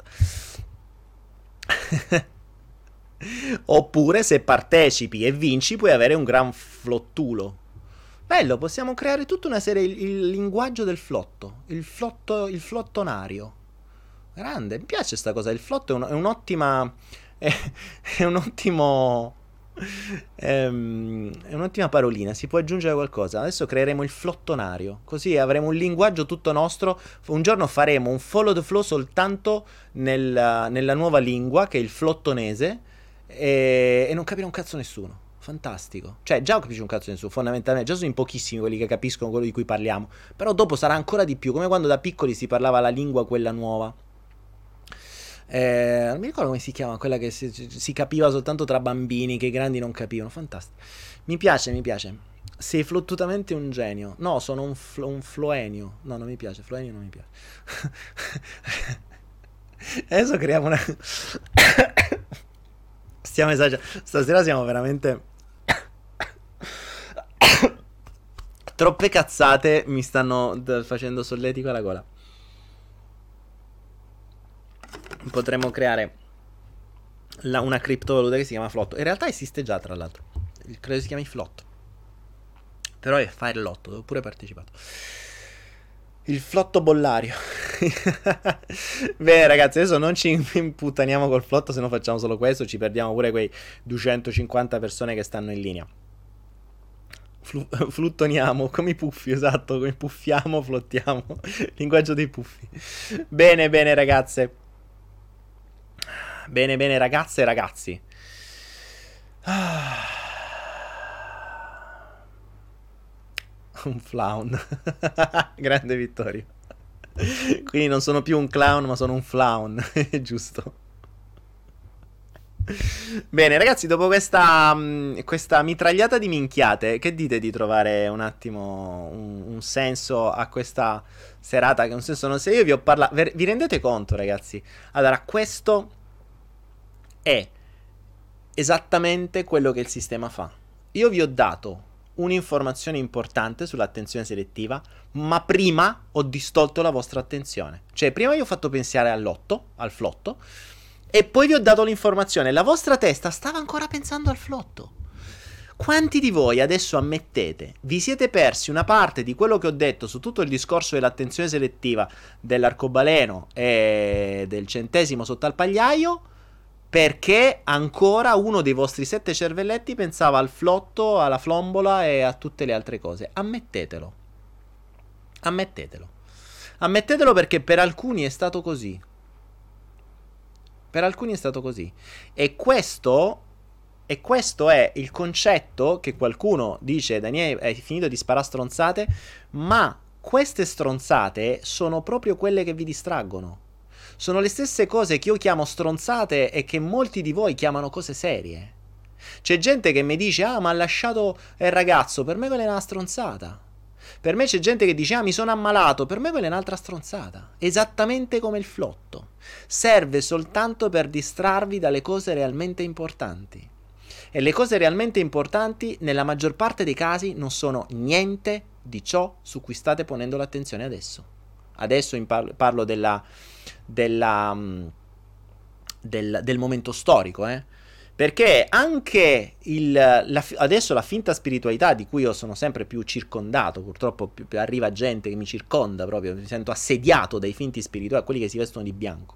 Oppure se partecipi e vinci puoi avere un gran flottulo. Bello, possiamo creare tutta una serie, il, il linguaggio del flotto, il flotto, il flottonario. Grande, mi piace sta cosa, il flotto è, un, è un'ottima, è, è un ottimo, è, è un'ottima parolina, si può aggiungere qualcosa. Adesso creeremo il flottonario, così avremo un linguaggio tutto nostro, un giorno faremo un follow the flow soltanto nel, nella nuova lingua, che è il flottonese, e, e non capirà un cazzo nessuno. Fantastico, cioè già capisci un cazzo nessuno, fondamentalmente già sono in pochissimi quelli che capiscono quello di cui parliamo, però dopo sarà ancora di più, come quando da piccoli si parlava la lingua quella nuova, eh, non mi ricordo come si chiama, quella che si, si capiva soltanto tra bambini, che i grandi non capivano. Fantastico, mi piace, mi piace. Sei flottutamente un genio. No, sono un, flo, un floenio. No, non mi piace, floenio non mi piace. Adesso creiamo una... Stiamo esagerando, stasera siamo veramente... Troppe cazzate mi stanno d- facendo solletico alla gola. Potremmo creare la, una criptovaluta che si chiama Flotto. In realtà esiste già, tra l'altro. Credo si chiami Flotto. Però è fare lotto, ho pure partecipato. Il flotto bollario. Beh, ragazzi, adesso non ci imputtaniamo col flotto, se no facciamo solo questo, ci perdiamo pure quei duecentocinquanta persone che stanno in linea. Flu- fluttoniamo come i puffi, esatto, come puffiamo, flottiamo. Linguaggio dei puffi. Bene, bene, ragazze. Bene, bene, ragazze e ragazzi. Ah. Un clown. Grande Vittorio. Quindi non sono più un clown, ma sono un flaun. Giusto. Bene, ragazzi, dopo questa, mh, questa mitragliata di minchiate, che dite di trovare un attimo un, un senso a questa serata? Che un senso non se io vi ho parlato. Vi rendete conto, ragazzi? Allora, questo è esattamente quello che il sistema fa. Io vi ho dato un'informazione importante sull'attenzione selettiva, ma prima ho distolto la vostra attenzione. Cioè, prima vi ho fatto pensare all'otto, al flotto, e poi vi ho dato l'informazione. La vostra testa stava ancora pensando al flotto. Quanti di voi adesso ammettete, vi siete persi una parte di quello che ho detto su tutto il discorso dell'attenzione selettiva, dell'arcobaleno e del centesimo sotto al pagliaio, perché ancora uno dei vostri sette cervelletti pensava al flotto, alla flombola e a tutte le altre cose? Ammettetelo. Ammettetelo. Ammettetelo, perché per alcuni è stato così. Per alcuni è stato così. E questo, e questo è il concetto che qualcuno dice: Daniele, hai finito di sparare stronzate, ma queste stronzate sono proprio quelle che vi distraggono. Sono le stesse cose che io chiamo stronzate e che molti di voi chiamano cose serie. C'è gente che mi dice: ah, ma ha lasciato il ragazzo, per me quella è una stronzata. Per me c'è gente che dice: ah, mi sono ammalato, per me quella è un'altra stronzata. Esattamente come il flotto. Serve soltanto per distrarvi dalle cose realmente importanti. E le cose realmente importanti, nella maggior parte dei casi, non sono niente di ciò su cui state ponendo l'attenzione adesso. Adesso parlo, parlo della... Della, del, del momento storico, eh? Perché anche il, la, adesso la finta spiritualità, di cui io sono sempre più circondato, purtroppo più, più arriva gente che mi circonda proprio, mi sento assediato dai finti spirituali, quelli che si vestono di bianco.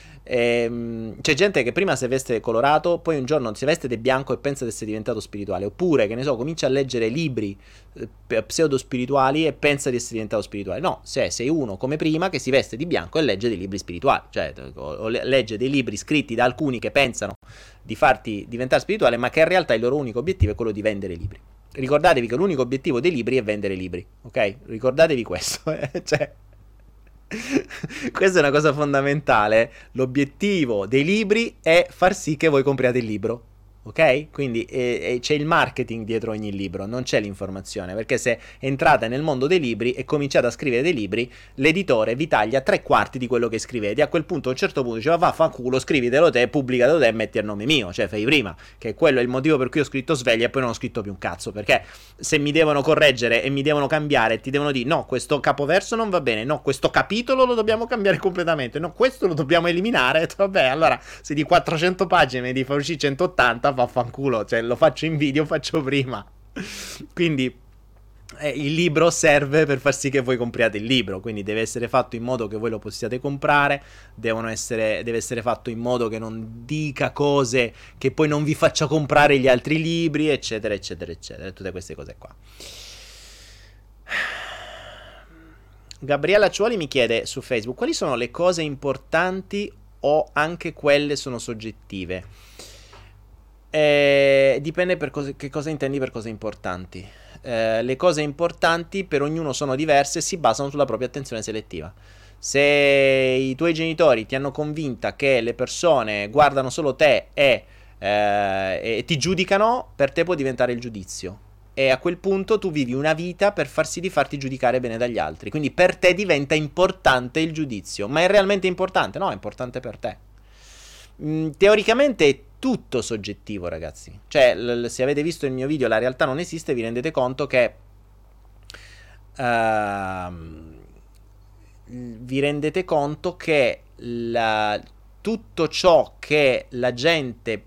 Ehm, c'è gente che prima si veste colorato, poi un giorno si veste di bianco e pensa di essere diventato spirituale, oppure, che ne so, comincia a leggere libri eh, pseudo spirituali e pensa di essere diventato spirituale. No, se sei uno come prima che si veste di bianco e legge dei libri spirituali, cioè o, o legge dei libri scritti da alcuni che pensano di farti diventare spirituale, ma che in realtà il loro unico obiettivo è quello di vendere libri. Ricordatevi che l'unico obiettivo dei libri è vendere libri, ok? Ricordatevi questo, eh? Cioè, questa è una cosa fondamentale. L'obiettivo dei libri è far sì che voi compriate il libro, ok? Quindi eh, eh, c'è il marketing dietro ogni libro, non c'è l'informazione, perché se entrate nel mondo dei libri e cominciate a scrivere dei libri, l'editore vi taglia tre quarti di quello che scrivete. A quel punto, a un certo punto, diceva: vaffanculo, scrivitelo te, pubblicatelo te e metti il nome mio, cioè fai prima, che quello è il motivo per cui ho scritto Sveglia e poi non ho scritto più un cazzo, perché se mi devono correggere e mi devono cambiare e ti devono dire: no, questo capoverso non va bene, no, questo capitolo lo dobbiamo cambiare completamente, no, questo lo dobbiamo eliminare, vabbè, allora se di quattrocento pagine mi devi far uscire centottanta, vaffanculo, cioè lo faccio in video, faccio prima. Quindi eh, il libro serve per far sì che voi compriate il libro, quindi deve essere fatto in modo che voi lo possiate comprare, devono essere, deve essere fatto in modo che non dica cose che poi non vi faccia comprare gli altri libri, eccetera eccetera eccetera, tutte queste cose qua. Gabriella Ciuoli mi chiede su Facebook: quali sono le cose importanti o anche quelle sono soggettive? Eh, dipende per cosa, che cosa intendi per cose importanti. Eh, le cose importanti per ognuno sono diverse e si basano sulla propria attenzione selettiva. Se i tuoi genitori ti hanno convinta che le persone guardano solo te e, eh, e ti giudicano, per te può diventare il giudizio. E a quel punto tu vivi una vita per far sì di farti giudicare bene dagli altri. Quindi per te diventa importante il giudizio. Ma è realmente importante? No, è importante per te. Mm, teoricamente è tutto soggettivo, ragazzi. Cioè, l- se avete visto il mio video La realtà non esiste, vi rendete conto che uh, vi rendete conto che la, tutto ciò che la gente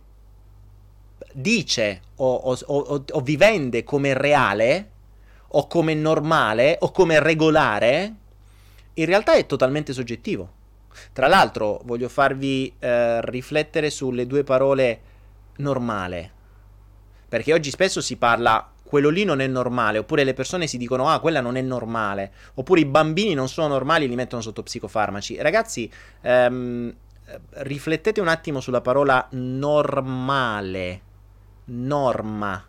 dice o, o, o, o vi vende come reale o come normale o come regolare, in realtà è totalmente soggettivo. Tra l'altro voglio farvi eh, riflettere sulle due parole normale, perché oggi spesso si parla quello lì non è normale, oppure le persone si dicono ah quella non è normale, oppure i bambini non sono normali e li mettono sotto psicofarmaci. Ragazzi, ehm, riflettete un attimo sulla parola normale, norma,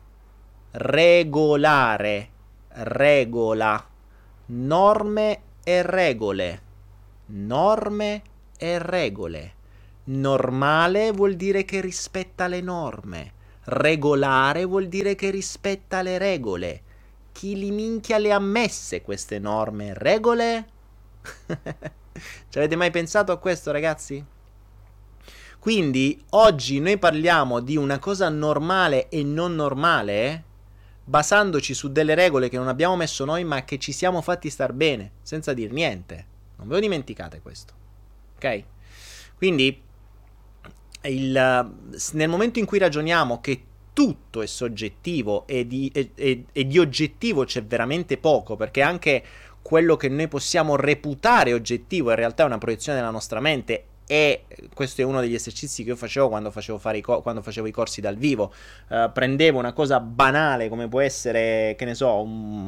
regolare, regola, norme e regole, norme e regole. Normale vuol dire che rispetta le norme, regolare vuol dire che rispetta le regole. Chi li minchia le ha messe queste norme e regole? Ci avete mai pensato a questo, ragazzi? Quindi oggi noi parliamo di una cosa normale e non normale, basandoci su delle regole che non abbiamo messo noi ma che ci siamo fatti star bene, senza dir niente. Non ve lo dimenticate questo, ok? Quindi il, nel momento in cui ragioniamo che tutto è soggettivo e di, e, e, e di oggettivo c'è veramente poco, perché anche quello che noi possiamo reputare oggettivo in realtà è una proiezione della nostra mente. E questo è uno degli esercizi che io facevo quando facevo, fare i, co- quando facevo i corsi dal vivo. Uh, prendevo una cosa banale come può essere, che ne so,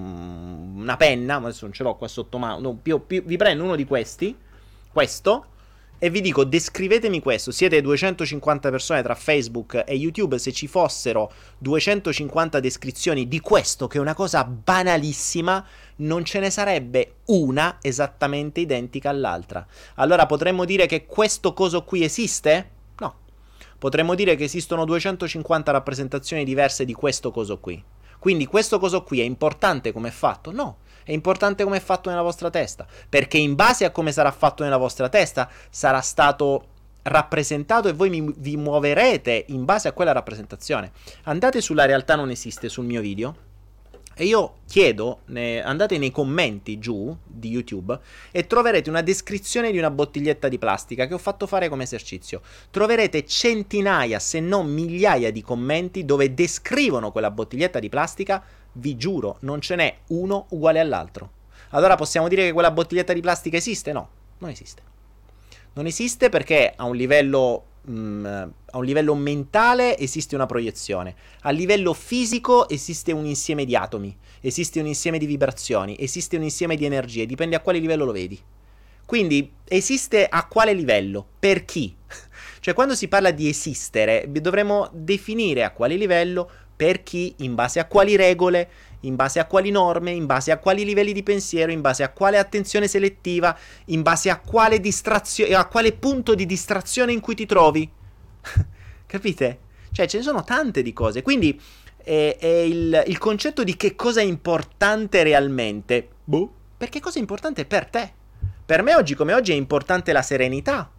un, una penna, adesso non ce l'ho qua sotto mano, no, più, più, vi prendo uno di questi, questo, e vi dico descrivetemi questo. Siete duecentocinquanta persone tra Facebook e YouTube, se ci fossero duecentocinquanta descrizioni di questo, che è una cosa banalissima, non ce ne sarebbe una esattamente identica all'altra. Allora potremmo dire che questo coso qui esiste? No. Potremmo dire che esistono duecentocinquanta rappresentazioni diverse di questo coso qui. Quindi questo coso qui è importante come è fatto? No. È importante come è fatto nella vostra testa, perché in base a come sarà fatto nella vostra testa sarà stato rappresentato e voi mi, vi muoverete in base a quella rappresentazione. Andate sulla realtà non esiste sul mio video e io chiedo, ne, andate nei commenti giù di YouTube e troverete una descrizione di una bottiglietta di plastica che ho fatto fare come esercizio. Troverete centinaia se non migliaia di commenti dove descrivono quella bottiglietta di plastica. Vi giuro, non ce n'è uno uguale all'altro. Allora possiamo dire che quella bottiglietta di plastica esiste? No, non esiste. Non esiste perché a un livello, mh, a un livello mentale esiste una proiezione. A livello fisico esiste un insieme di atomi, esiste un insieme di vibrazioni, esiste un insieme di energie, dipende a quale livello lo vedi. Quindi esiste a quale livello? Per chi? Cioè quando si parla di esistere dovremmo definire a quale livello, per chi, in base a quali regole, in base a quali norme, in base a quali livelli di pensiero, in base a quale attenzione selettiva, in base a quale distrazione, a quale punto di distrazione in cui ti trovi. Capite? Cioè ce ne sono tante di cose. Quindi è, è il, il concetto di che cosa è importante realmente. Boh, perché cosa è importante per te? Per me oggi come oggi è importante la serenità.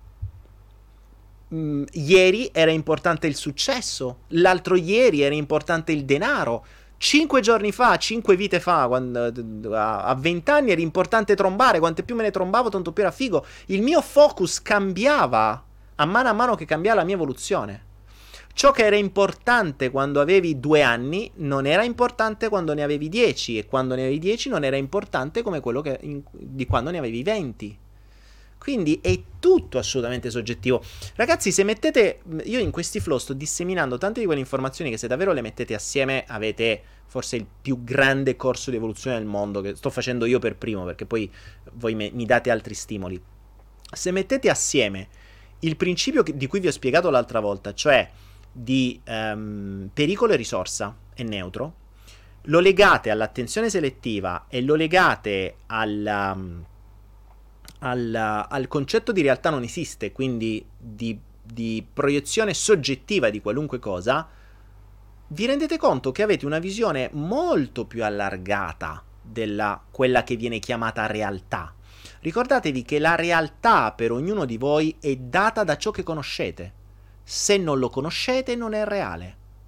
Mm, ieri era importante il successo, l'altro ieri era importante il denaro, cinque giorni fa, cinque vite fa, quando, a vent'anni era importante trombare, quante più me ne trombavo tanto più era figo. Il mio focus cambiava a mano a mano che cambiava la mia evoluzione. Ciò che era importante quando avevi due anni non era importante quando ne avevi dieci, e quando ne avevi dieci non era importante come quello che, in, di quando ne avevi venti. Quindi è tutto assolutamente soggettivo. Ragazzi, se mettete... Io in questi flow sto disseminando tante di quelle informazioni che se davvero le mettete assieme avete forse il più grande corso di evoluzione del mondo, che sto facendo io per primo, perché poi voi me, mi date altri stimoli. Se mettete assieme il principio che, di cui vi ho spiegato l'altra volta, cioè di um, pericolo e risorsa, è neutro, lo legate all'attenzione selettiva e lo legate alla... Um, Al, al concetto di realtà non esiste, quindi di, di proiezione soggettiva di qualunque cosa, vi rendete conto che avete una visione molto più allargata della quella che viene chiamata realtà. Ricordatevi che la realtà per ognuno di voi è data da ciò che conoscete. Se non lo conoscete non è reale.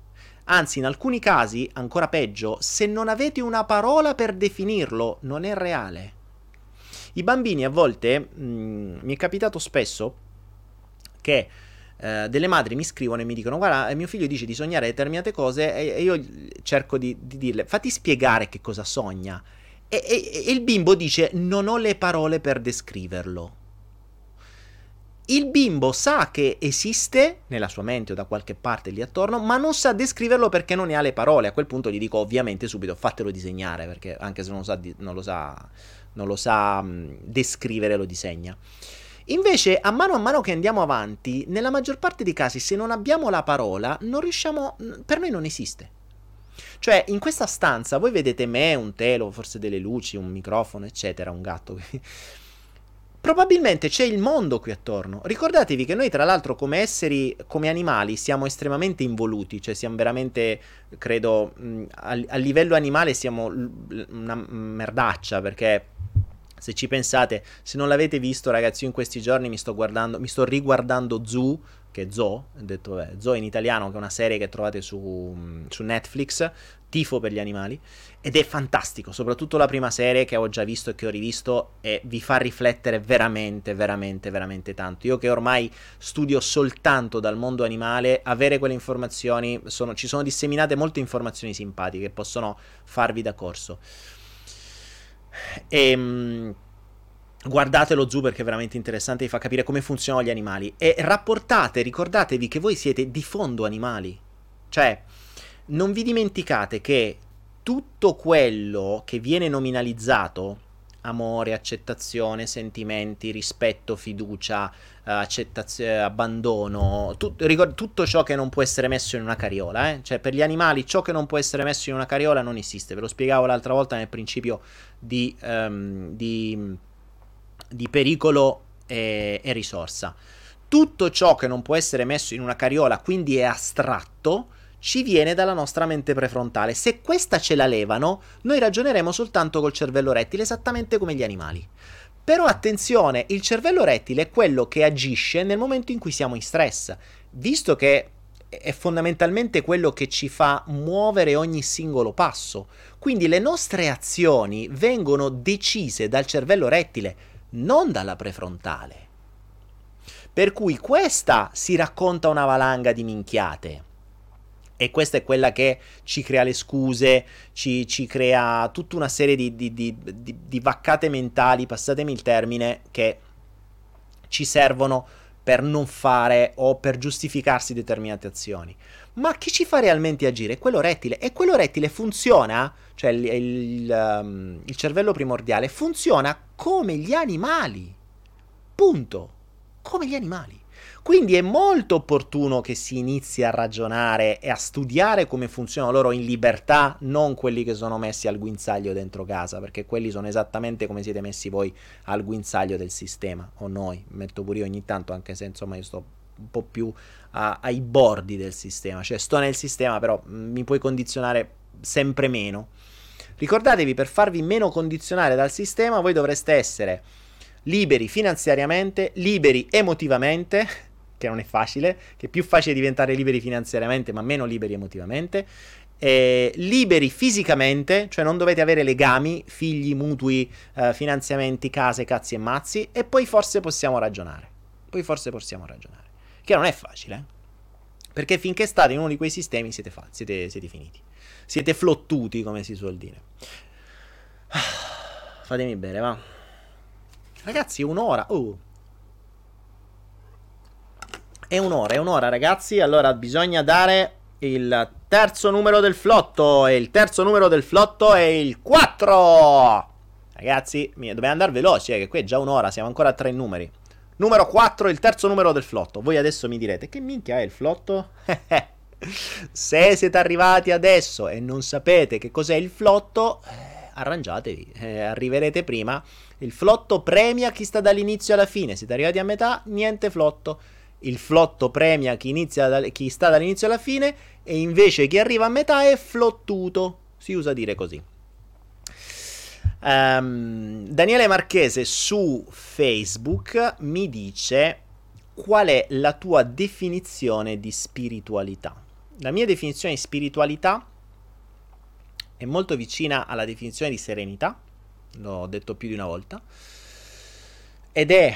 Anzi, in alcuni casi, ancora peggio, se non avete una parola per definirlo, non è reale. I bambini a volte, mh, mi è capitato spesso che eh, delle madri mi scrivono e mi dicono: guarda, mio figlio dice di sognare determinate cose, e, e io cerco di, di dirle: fatti spiegare che cosa sogna. E, e, e il bimbo dice: non ho le parole per descriverlo. Il bimbo sa che esiste nella sua mente o da qualche parte lì attorno, ma non sa descriverlo perché non ne ha le parole. A quel punto gli dico ovviamente subito: fatelo disegnare, perché anche se non lo sa, non lo sa, non lo sa mh, descrivere, lo disegna. Invece, a mano a mano che andiamo avanti, nella maggior parte dei casi, se non abbiamo la parola, non riusciamo, per noi non esiste. Cioè, in questa stanza voi vedete me, un telo, forse delle luci, un microfono, eccetera, un gatto. Probabilmente c'è il mondo qui attorno. Ricordatevi che noi, tra l'altro, come esseri, come animali, siamo estremamente involuti, cioè siamo veramente, credo, mh, a, a livello animale siamo l- una merdaccia, perché se ci pensate, se non l'avete visto, ragazzi, io in questi giorni mi sto guardando, mi sto riguardando Zoo, che è Zoo, ho detto vabbè, Zoo in italiano, che è una serie che trovate su, su Netflix, tifo per gli animali, ed è fantastico, soprattutto la prima serie che ho già visto e che ho rivisto, e vi fa riflettere veramente, veramente, veramente tanto. Io che ormai studio soltanto dal mondo animale, avere quelle informazioni, sono, ci sono disseminate molte informazioni simpatiche che possono farvi da corso. E mh, guardate lo Zoo perché è veramente interessante, vi fa capire come funzionano gli animali. E rapportate, ricordatevi che voi siete di fondo animali. Cioè, non vi dimenticate che tutto quello che viene nominalizzato, amore, accettazione, sentimenti, rispetto, fiducia, accettazione, abbandono, tut, ricord- tutto ciò che non può essere messo in una carriola, eh? Cioè per gli animali ciò che non può essere messo in una carriola non esiste. Ve lo spiegavo l'altra volta nel principio di, um, di, di pericolo e, e risorsa. Tutto ciò che non può essere messo in una carriola, quindi è astratto, ci viene dalla nostra mente prefrontale. Se questa ce la levano, noi ragioneremo soltanto col cervello rettile, esattamente come gli animali. Però attenzione, il cervello rettile è quello che agisce nel momento in cui siamo in stress, visto che è fondamentalmente quello che ci fa muovere ogni singolo passo. Quindi le nostre azioni vengono decise dal cervello rettile, non dalla prefrontale. Per cui questa si racconta una valanga di minchiate. E questa è quella che ci crea le scuse, ci, ci crea tutta una serie di, di, di, di, di vaccate mentali, passatemi il termine, che ci servono per non fare o per giustificarsi determinate azioni. Ma che ci fa realmente agire? È quello rettile. E quello rettile funziona, cioè il, il, um, il cervello primordiale funziona come gli animali. Punto. Come gli animali. Quindi è molto opportuno che si inizi a ragionare e a studiare come funzionano loro in libertà, non quelli che sono messi al guinzaglio dentro casa, perché quelli sono esattamente come siete messi voi al guinzaglio del sistema, o noi, metto pure io ogni tanto, anche se insomma io sto un po' più a, ai bordi del sistema, cioè sto nel sistema però mi puoi condizionare sempre meno. Ricordatevi, per farvi meno condizionare dal sistema voi dovreste essere liberi finanziariamente, liberi emotivamente, che non è facile, che è più facile diventare liberi finanziariamente ma meno liberi emotivamente, eh, liberi fisicamente, cioè non dovete avere legami, figli, mutui, eh, finanziamenti, case, cazzi e mazzi, e poi forse possiamo ragionare, poi forse possiamo ragionare, che non è facile, eh? Perché finché state in uno di quei sistemi siete, fa- siete, siete finiti, siete flottuti come si suol dire. Fatemi bere, va. Ragazzi, un'ora. Oh. È un'ora, è un'ora, ragazzi. Allora bisogna dare il terzo numero del flotto. E il terzo numero del flotto è il quattro. Ragazzi, dobbiamo andare veloci, eh, che qui è già un'ora, siamo ancora a tre numeri. Numero quattro, il terzo numero del flotto. Voi adesso mi direte, che minchia è il flotto? Se siete arrivati adesso e non sapete che cos'è il flotto, eh, arrangiatevi, eh, arriverete prima. Il flotto premia chi sta dall'inizio alla fine. Siete arrivati a metà, niente flotto. Il flotto premia chi, inizia da, chi sta dall'inizio alla fine, e invece chi arriva a metà è flottuto. Si usa dire così. Um, Daniele Marchese su Facebook mi dice: qual è la tua definizione di spiritualità? La mia definizione di spiritualità è molto vicina alla definizione di serenità, l'ho detto più di una volta, ed è,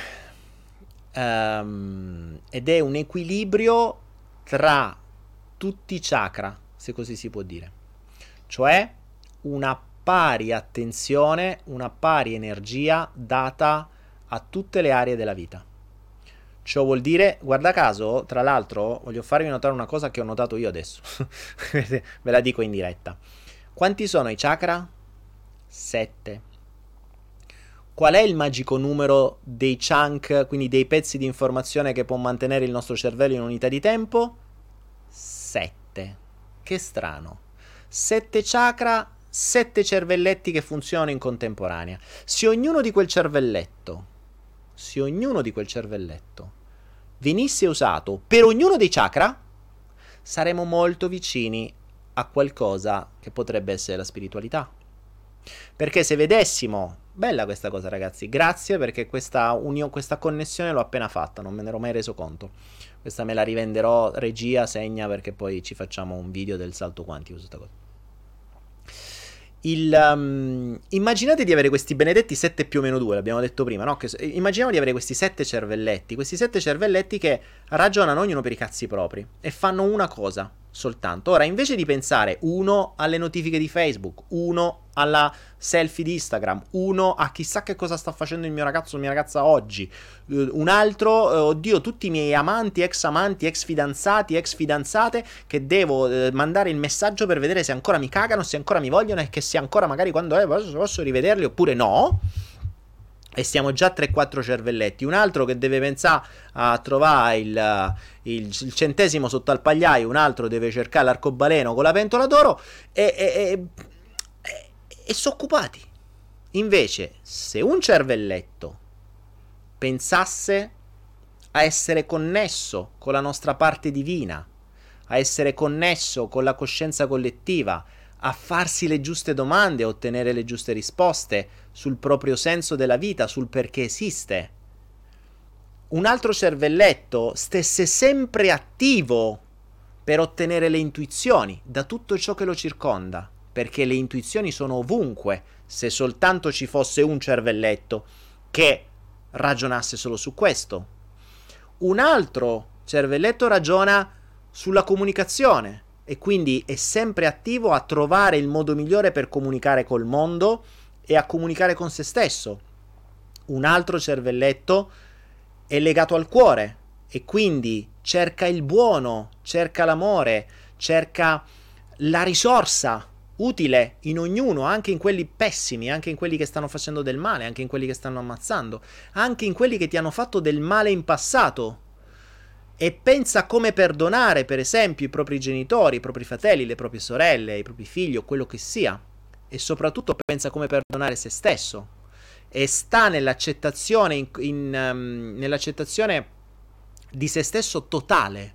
um, ed è un equilibrio tra tutti i chakra, se così si può dire, cioè una pari attenzione, una pari energia data a tutte le aree della vita. Ciò vuol dire, guarda caso, tra l'altro, voglio farvi notare una cosa che ho notato io adesso, ve la dico in diretta. Quanti sono i chakra? Sette. Qual è il magico numero dei chunk, quindi dei pezzi di informazione che può mantenere il nostro cervello in unità di tempo? Sette. Che strano. Sette chakra, sette cervelletti che funzionano in contemporanea. Se ognuno di quel cervelletto, se ognuno di quel cervelletto venisse usato per ognuno dei chakra, saremo molto vicini a qualcosa che potrebbe essere la spiritualità. Perché se vedessimo, bella questa cosa ragazzi, grazie perché questa, unione, questa connessione l'ho appena fatta, non me ne ero mai reso conto. Questa me la rivenderò, regia, segna, perché poi ci facciamo un video del salto quantico su questa cosa. Il, um, immaginate di avere questi benedetti sette più o meno due, l'abbiamo detto prima, no? Che, immaginiamo di avere questi sette cervelletti, questi sette cervelletti che ragionano ognuno per i cazzi propri e fanno una cosa soltanto. Ora, invece di pensare uno alle notifiche di Facebook, uno alla selfie di Instagram, uno a chissà che cosa sta facendo il mio ragazzo o mia ragazza oggi, un altro, oddio, tutti i miei amanti, ex amanti, ex fidanzati, ex fidanzate che devo eh, mandare il messaggio per vedere se ancora mi cagano, se ancora mi vogliono e che se ancora magari quando eh, posso, posso rivederli oppure no. E siamo già tre quattro cervelletti. Un altro che deve pensare a trovare il, il, il centesimo sotto al pagliaio, un altro deve cercare l'arcobaleno con la pentola d'oro e, e, e, e, e sono occupati. Invece, se un cervelletto pensasse a essere connesso con la nostra parte divina, a essere connesso con la coscienza collettiva, a farsi le giuste domande, a ottenere le giuste risposte sul proprio senso della vita, sul perché esiste, un altro cervelletto stesse sempre attivo per ottenere le intuizioni da tutto ciò che lo circonda, perché le intuizioni sono ovunque, se soltanto ci fosse un cervelletto che ragionasse solo su questo. Un altro cervelletto ragiona sulla comunicazione e quindi è sempre attivo a trovare il modo migliore per comunicare col mondo e a comunicare con se stesso. Un altro cervelletto è legato al cuore e quindi cerca il buono, cerca l'amore, cerca la risorsa utile in ognuno, anche in quelli pessimi, anche in quelli che stanno facendo del male, anche in quelli che stanno ammazzando, anche in quelli che ti hanno fatto del male in passato. E pensa a come perdonare, per esempio, i propri genitori, i propri fratelli, le proprie sorelle, i propri figli o quello che sia. E soprattutto pensa a come perdonare se stesso. E sta nell'accettazione, in, in, um, nell'accettazione di se stesso totale.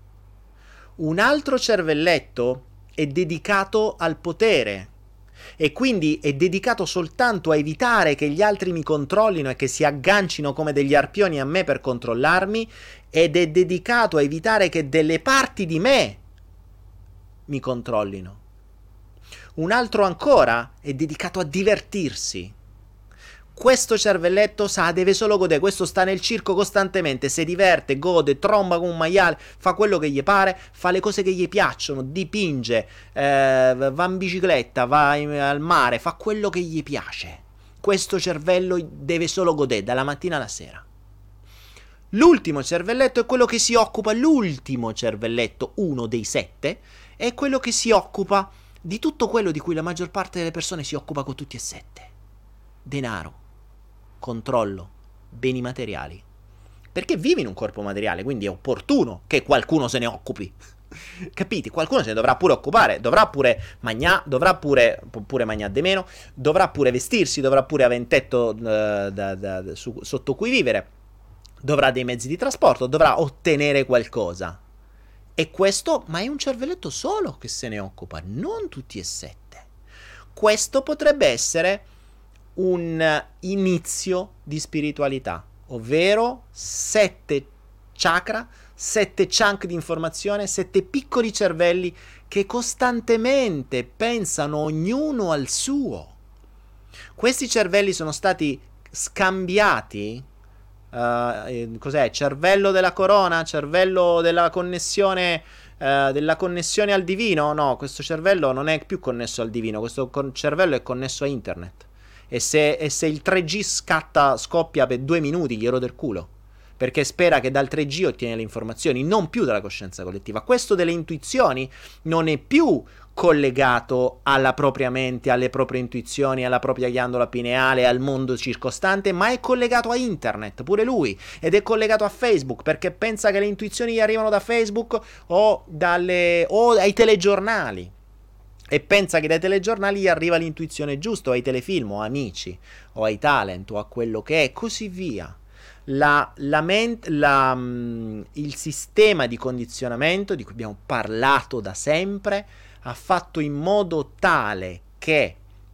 Un altro cervelletto è dedicato al potere e quindi è dedicato soltanto a evitare che gli altri mi controllino e che si aggancino come degli arpioni a me per controllarmi, ed è dedicato a evitare che delle parti di me mi controllino. Un altro ancora è dedicato a divertirsi. Questo cervelletto sa, deve solo godere, questo sta nel circo costantemente, si diverte, gode, tromba come un maiale, fa quello che gli pare, fa le cose che gli piacciono, dipinge, eh, va in bicicletta, va in, al mare, fa quello che gli piace. Questo cervello deve solo godere dalla mattina alla sera. L'ultimo cervelletto è quello che si occupa, l'ultimo cervelletto, uno dei sette, è quello che si occupa di tutto quello di cui la maggior parte delle persone si occupa con tutti e sette. Denaro, controllo, beni materiali. Perché vivi in un corpo materiale, quindi è opportuno che qualcuno se ne occupi. Capite? Qualcuno se ne dovrà pure occupare, dovrà pure mangiare, dovrà pure, pure mangiare di meno, dovrà pure vestirsi, dovrà pure avere un tetto uh, da, da, da, su, sotto cui vivere, dovrà dei mezzi di trasporto, dovrà ottenere qualcosa. E questo, ma è un cervelletto solo che se ne occupa, non tutti e sette. Questo potrebbe essere un inizio di spiritualità, ovvero sette chakra, sette chunk di informazione, sette piccoli cervelli che costantemente pensano ognuno al suo. Questi cervelli sono stati scambiati. Uh, cos'è? Cervello della corona? Cervello della connessione uh, della connessione al divino? No, questo cervello non è più connesso al divino, questo con- cervello è connesso a internet. E se, e se il tre G scatta, scoppia per due minuti, gli rode il culo. Perché spera che dal tre G ottiene le informazioni, non più dalla coscienza collettiva. Questo delle intuizioni non è più collegato alla propria mente, alle proprie intuizioni, alla propria ghiandola pineale, al mondo circostante, ma è collegato a internet, pure lui, ed è collegato a Facebook, perché pensa che le intuizioni gli arrivano da Facebook o, dalle, o ai telegiornali, e pensa che dai telegiornali gli arriva l'intuizione giusta, o ai telefilm, o amici, o ai talent, o a quello che è, così via. La, la ment- la, um, il sistema di condizionamento di cui abbiamo parlato da sempre ha fatto in modo tale che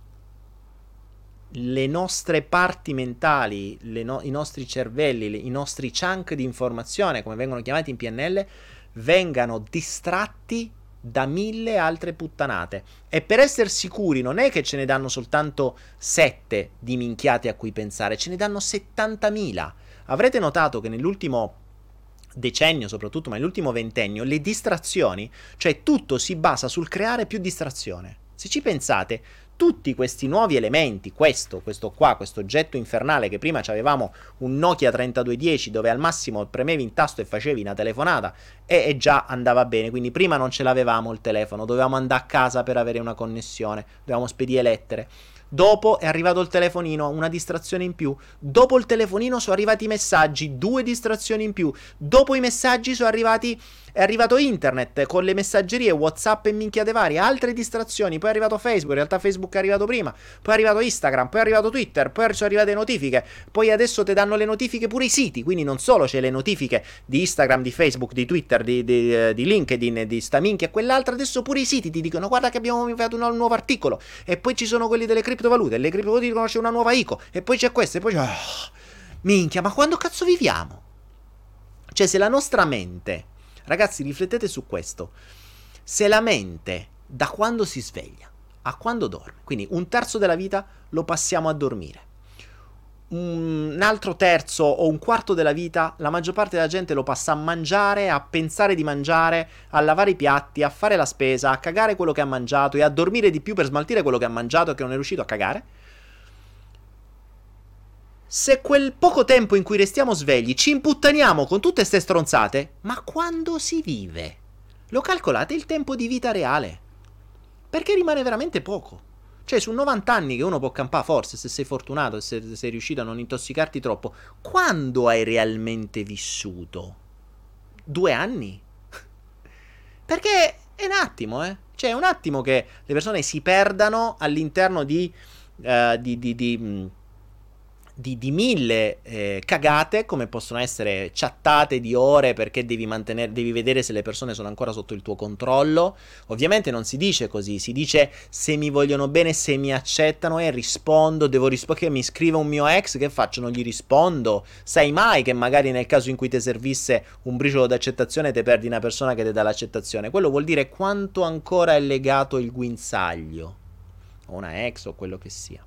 le nostre parti mentali, le no- i nostri cervelli, le- i nostri chunk di informazione, come vengono chiamati in P N L, vengano distratti da mille altre puttanate. E per essere sicuri non è che ce ne danno soltanto sette di minchiate a cui pensare, ce ne danno settantamila. Avrete notato che nell'ultimo decennio soprattutto, ma nell'ultimo ventennio, le distrazioni, cioè tutto si basa sul creare più distrazione. Se ci pensate, tutti questi nuovi elementi, questo, questo qua, questo oggetto infernale, che prima avevamo un Nokia trentadue dieci dove al massimo premevi in tasto e facevi una telefonata e, e già andava bene, quindi prima non ce l'avevamo il telefono, dovevamo andare a casa per avere una connessione, dovevamo spedire lettere. Dopo è arrivato il telefonino, una distrazione in più. Dopo il telefonino sono arrivati i messaggi, due distrazioni in più. Dopo i messaggi sono arrivati, è arrivato internet con le messaggerie, WhatsApp e minchiate varie, altre distrazioni. Poi è arrivato Facebook, in realtà Facebook è arrivato prima. Poi è arrivato Instagram, poi è arrivato Twitter, poi sono arrivate notifiche. Poi adesso ti danno le notifiche pure i siti, quindi non solo c'è le notifiche di Instagram, di Facebook, di Twitter, di, di, di LinkedIn, di sta minchia e quell'altra, adesso pure i siti ti dicono guarda che abbiamo inviato un nuovo articolo. E poi ci sono quelli delle criptovalute, le criptovalute dicono c'è una nuova I C O, e poi c'è questo, e poi c'è... Oh, minchia, ma quando cazzo viviamo? Cioè, se la nostra mente, ragazzi, riflettete su questo, se la mente da quando si sveglia a quando dorme, quindi un terzo della vita lo passiamo a dormire, un altro terzo o un quarto della vita la maggior parte della gente lo passa a mangiare, a pensare di mangiare, a lavare i piatti, a fare la spesa, a cagare quello che ha mangiato e a dormire di più per smaltire quello che ha mangiato e che non è riuscito a cagare. Se quel poco tempo in cui restiamo svegli ci imputtaniamo con tutte ste stronzate, ma quando si vive? Lo calcolate il tempo di vita reale? Perché rimane veramente poco. Cioè, su novanta anni che uno può campare, forse, se sei fortunato e se sei riuscito a non intossicarti troppo, quando hai realmente vissuto? Due anni? Perché è un attimo, eh? Cioè, è un attimo che le persone si perdano all'interno di... Uh, di... di, di mh, Di, di mille eh, cagate, come possono essere chattate di ore perché devi mantenere, devi vedere se le persone sono ancora sotto il tuo controllo. Ovviamente non si dice così, si dice se mi vogliono bene, se mi accettano e rispondo, devo rispondere, che mi scrive un mio ex, che faccio? Non gli rispondo? Sai mai che magari nel caso in cui ti servisse un briciolo d'accettazione te perdi una persona che ti dà l'accettazione? Quello vuol dire quanto ancora è legato il guinzaglio, o una ex o quello che sia.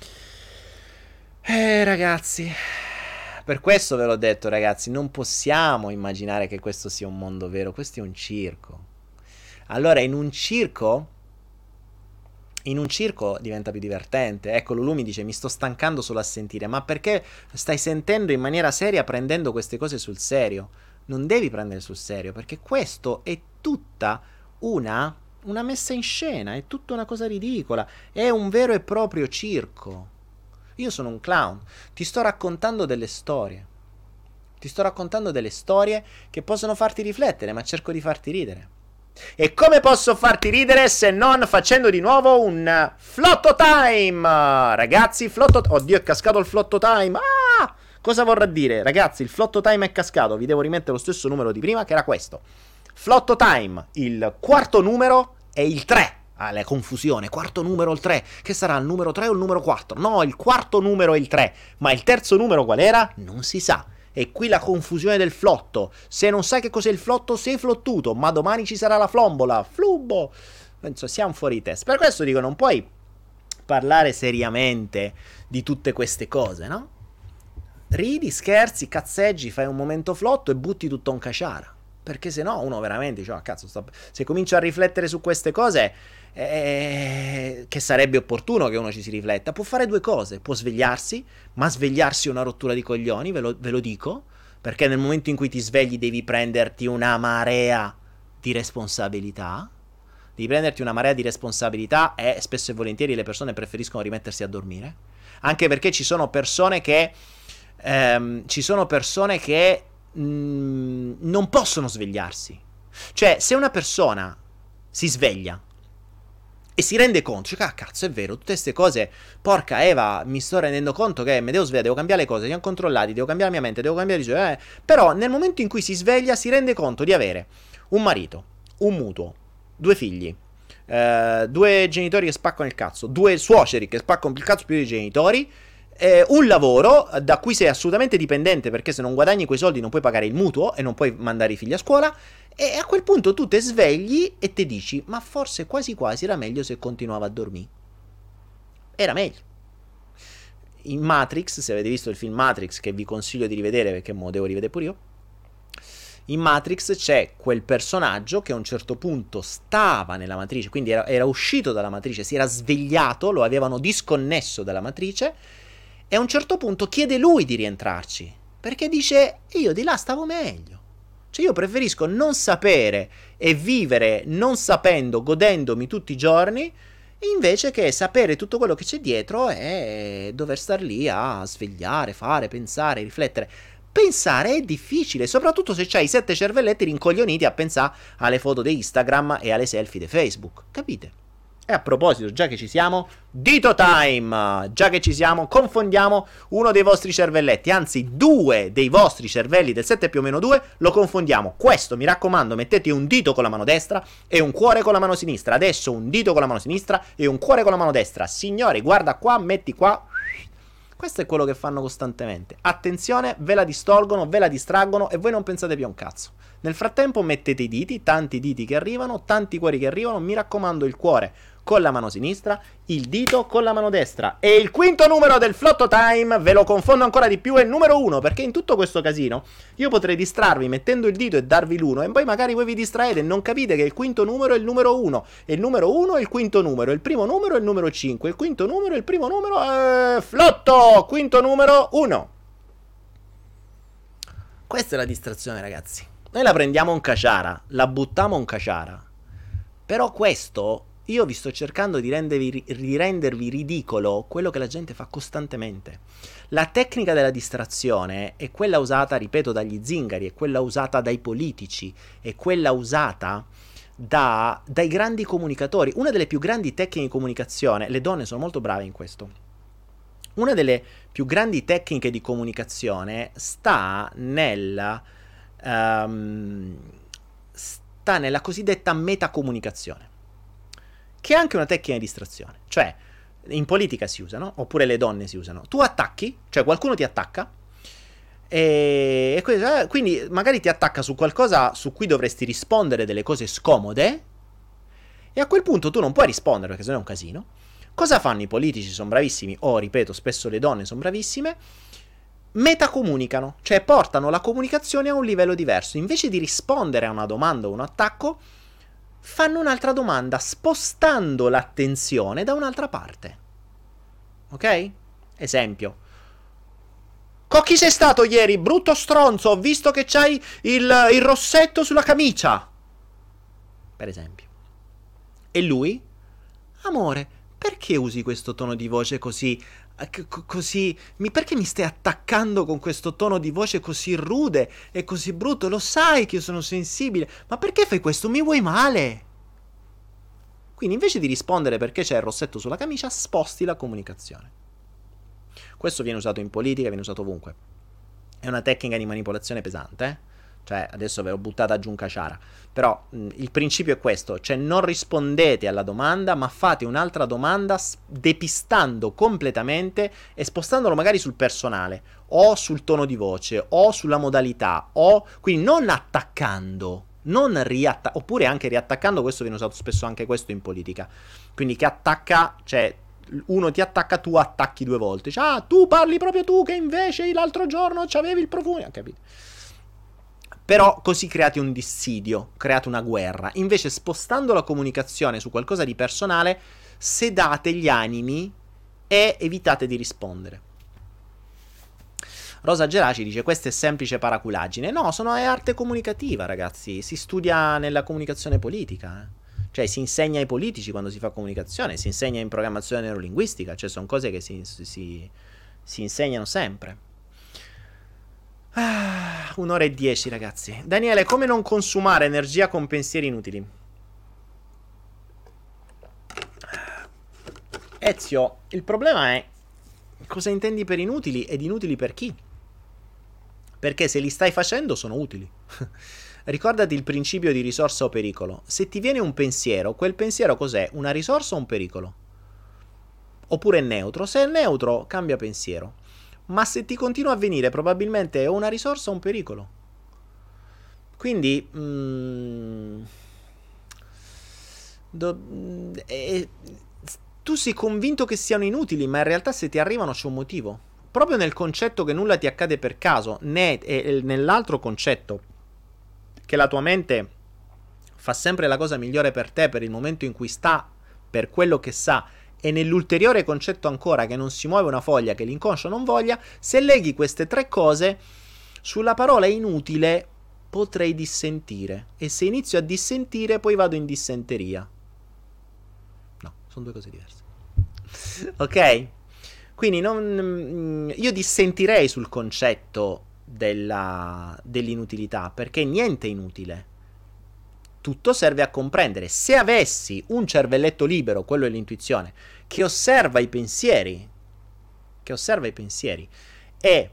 Eh ragazzi, per questo ve l'ho detto ragazzi, non possiamo immaginare che questo sia un mondo vero, questo è un circo. Allora in un circo, in un circo diventa più divertente. Ecco, Lulu mi dice mi sto stancando solo a sentire, ma perché stai sentendo in maniera seria, prendendo queste cose sul serio? Non devi prendere sul serio, perché questo è tutta una, una messa in scena, è tutta una cosa ridicola, è un vero e proprio circo. Io sono un clown, ti sto raccontando delle storie, ti sto raccontando delle storie che possono farti riflettere, ma cerco di farti ridere. E come posso farti ridere se non facendo di nuovo un Flotto Time? Ragazzi, Flotto... Oddio, è cascato il Flotto Time! Ah! Cosa vorrà dire? Ragazzi, il Flotto Time è cascato, vi devo rimettere lo stesso numero di prima, che era questo. Flotto Time, il quarto numero è il tre. Ah, la confusione, quarto numero il tre, che sarà il numero tre o il numero quattro? No, il quarto numero è il tre, ma il terzo numero qual era? Non si sa. E qui la confusione del flotto. Se non sai che cos'è il flotto, sei flottuto, ma domani ci sarà la flombola. Flubbo. Penso siamo fuori di testa. Per questo dico, non puoi parlare seriamente di tutte queste cose, no? Ridi, scherzi, cazzeggi, fai un momento flotto e butti tutto un caciara. Perché se no uno veramente dice, oh, cazzo, sta... se comincio a riflettere su queste cose, eh, che sarebbe opportuno che uno ci si rifletta, può fare due cose, può svegliarsi, ma svegliarsi è una rottura di coglioni, ve lo, ve lo dico, perché nel momento in cui ti svegli devi prenderti una marea di responsabilità, devi prenderti una marea di responsabilità e spesso e volentieri le persone preferiscono rimettersi a dormire, anche perché ci sono persone che ehm, ci sono persone che mh, non possono svegliarsi. Cioè, se una persona si sveglia e si rende conto, cioè, ah, cazzo, è vero, tutte queste cose, porca Eva, mi sto rendendo conto che mi devo svegliare, devo cambiare le cose, li ho controllati, devo cambiare la mia mente, devo cambiare i suoi, eh. Però nel momento in cui si sveglia si rende conto di avere un marito, un mutuo, due figli, eh, due genitori che spaccano il cazzo, due suoceri che spaccano il cazzo più dei genitori, eh, un lavoro da cui sei assolutamente dipendente, perché se non guadagni quei soldi non puoi pagare il mutuo e non puoi mandare i figli a scuola, e a quel punto tu te svegli e ti dici, ma forse quasi quasi era meglio se continuavo a dormire. Era meglio. In Matrix, se avete visto il film Matrix, che vi consiglio di rivedere perché mo devo rivedere pure io, in Matrix c'è quel personaggio che a un certo punto stava nella matrice, quindi era, era uscito dalla matrice, si era svegliato, lo avevano disconnesso dalla matrice, e a un certo punto chiede lui di rientrarci, perché dice, io di là stavo meglio. Cioè io preferisco non sapere e vivere non sapendo, godendomi tutti i giorni, invece che sapere tutto quello che c'è dietro e dover star lì a svegliare, fare, pensare, riflettere. Pensare è difficile, soprattutto se c'hai i sette cervelletti rincoglioniti a pensare alle foto di Instagram e alle selfie di Facebook, capite? E a proposito, già che ci siamo, dito time! Già che ci siamo, confondiamo uno dei vostri cervelletti, anzi due dei vostri cervelli del sette più o meno due, lo confondiamo. Questo, mi raccomando, mettete un dito con la mano destra e un cuore con la mano sinistra. Adesso un dito con la mano sinistra e un cuore con la mano destra. Signori, guarda qua, metti qua. Questo è quello che fanno costantemente. Attenzione, ve la distolgono, ve la distraggono e voi non pensate più a un cazzo. Nel frattempo mettete i diti, tanti diti che arrivano, tanti cuori che arrivano, mi raccomando il cuore con la mano sinistra, il dito con la mano destra. E il quinto numero del Flotto Time, ve lo confondo ancora di più, è il numero uno, perché in tutto questo casino io potrei distrarvi mettendo il dito e darvi l'uno, e poi magari voi vi distraete e non capite che il quinto numero è il numero uno, e il numero uno è il quinto numero, il primo numero è il numero cinque, il quinto numero è il primo numero, è Flotto, quinto numero uno. Questa è la distrazione, ragazzi. Noi la prendiamo un caciara, la buttiamo un caciara, però questo... Io vi sto cercando di rendervi, di rendervi ridicolo quello che la gente fa costantemente. La tecnica della distrazione è quella usata, ripeto, dagli zingari, è quella usata dai politici, è quella usata da, dai grandi comunicatori. Una delle più grandi tecniche di comunicazione, le donne sono molto brave in questo, una delle più grandi tecniche di comunicazione sta nella, um, sta nella cosiddetta metacomunicazione, che è anche una tecnica di distrazione. Cioè, in politica si usano, oppure le donne si usano. Tu attacchi, cioè qualcuno ti attacca, e, e quindi magari ti attacca su qualcosa su cui dovresti rispondere delle cose scomode, e a quel punto tu non puoi rispondere perché sennò è un casino. Cosa fanno i politici? Sono bravissimi, o ripeto, spesso le donne sono bravissime, metacomunicano, cioè portano la comunicazione a un livello diverso. Invece di rispondere a una domanda o un attacco, fanno un'altra domanda, spostando l'attenzione da un'altra parte. Ok? Esempio. Con chi sei stato ieri, brutto stronzo? Ho visto che c'hai il, il rossetto sulla camicia. Per esempio. E lui? Amore, perché usi questo tono di voce così... C- così... Mi, perché mi stai attaccando con questo tono di voce così rude e così brutto? Lo sai che io sono sensibile, ma perché fai questo? Mi vuoi male? Quindi invece di rispondere perché c'è il rossetto sulla camicia, sposti la comunicazione. Questo viene usato in politica, viene usato ovunque. È una tecnica di manipolazione pesante, eh? Cioè, adesso ve l'ho buttata giù un caciara. Però mh, il principio è questo, cioè non rispondete alla domanda, ma fate un'altra domanda depistando completamente e spostandolo magari sul personale, o sul tono di voce, o sulla modalità, o quindi non attaccando, non riattaccando, oppure anche riattaccando, questo viene usato spesso anche questo in politica. Quindi che attacca, cioè uno ti attacca, tu attacchi due volte. Cioè, ah, tu parli proprio tu che invece l'altro giorno c'avevi il profumo, capito? Però così create un dissidio, create una guerra. Invece spostando la comunicazione su qualcosa di personale, sedate gli animi e evitate di rispondere. Rosa Geraci dice: questa è semplice paraculaggine. No, sono, è arte comunicativa, ragazzi. Si studia nella comunicazione politica. Eh. Cioè si insegna ai politici quando si fa comunicazione, si insegna in programmazione neurolinguistica. Cioè sono cose che si, si, si insegnano sempre. Ah, un'ora e dieci, ragazzi. Daniele, come non consumare energia con pensieri inutili? Ezio, il problema è cosa intendi per inutili ed inutili per chi? Perché se li stai facendo sono utili. Ricordati il principio di risorsa o pericolo. Se ti viene un pensiero, quel pensiero cos'è? Una risorsa o un pericolo? Oppure è neutro? Se è neutro, cambia pensiero. Ma se ti continua a venire, probabilmente è una risorsa o un pericolo. Quindi mm, do, eh, tu sei convinto che siano inutili, ma in realtà se ti arrivano c'è un motivo. Proprio nel concetto che nulla ti accade per caso, né e nell'altro concetto che la tua mente fa sempre la cosa migliore per te per il momento in cui sta, per quello che sa, e nell'ulteriore concetto ancora che non si muove una foglia che l'inconscio non voglia, se leghi queste tre cose, sulla parola inutile potrei dissentire. E se inizio a dissentire, poi vado in dissenteria. No, sono due cose diverse. Ok? Quindi non, io dissentirei sul concetto della, dell'inutilità, perché niente è inutile. Tutto serve a comprendere. Se avessi un cervelletto libero, quello è l'intuizione, che osserva i pensieri, che osserva i pensieri e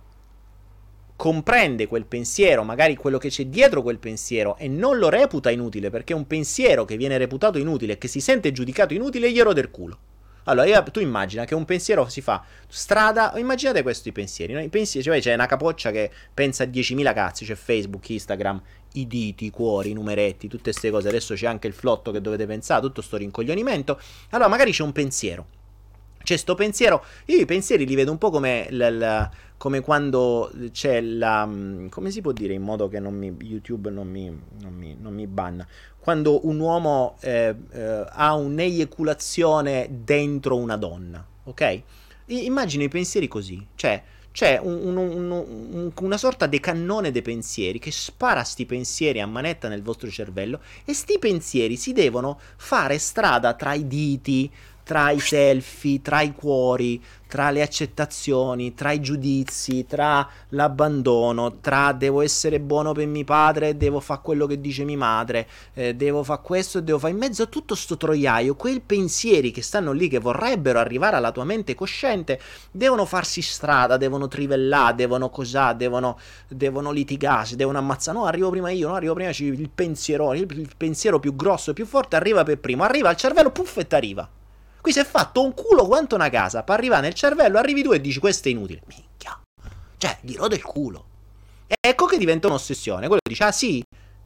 comprende quel pensiero, magari quello che c'è dietro quel pensiero, e non lo reputa inutile, perché un pensiero che viene reputato inutile e che si sente giudicato inutile gli rode il culo. Allora, io, tu immagina che un pensiero si fa strada, immaginate questo i pensieri, no? I pensieri, cioè c'è una capoccia che pensa a diecimila cazzi, c'è Facebook, Instagram, i diti, i cuori, i numeretti, tutte queste cose, adesso c'è anche il flotto che dovete pensare, tutto sto rincoglionimento. Allora magari c'è un pensiero, c'è sto pensiero, io i pensieri li vedo un po' come, l, l, come quando c'è la, come si può dire in modo che non mi, YouTube non mi, non mi, non mi banna, quando un uomo eh, eh, ha un'eiaculazione dentro una donna, ok? Immagino i pensieri così, cioè c'è un, un, un, un, una sorta di cannone dei pensieri che spara sti pensieri a manetta nel vostro cervello, e sti pensieri si devono fare strada tra i diti, tra i selfie, tra i cuori, tra le accettazioni, tra i giudizi, tra l'abbandono, tra devo essere buono per mio padre, devo fare quello che dice mia madre, eh, devo fare questo e devo fare in mezzo a tutto sto troiaio, quei pensieri che stanno lì, che vorrebbero arrivare alla tua mente cosciente, devono farsi strada, devono trivellare, devono cosà, devono, devono litigare, devono ammazzare. No, arrivo prima io, no, arrivo prima io, il pensiero, il, il pensiero più grosso e più forte arriva per primo, arriva al cervello, puff, e t'arriva. Qui si è fatto un culo quanto una casa. Per arrivare nel cervello, arrivi tu e dici questo è inutile. Minchia. Cioè, gli rode il culo. E ecco che diventa un'ossessione. Quello dice, ah sì,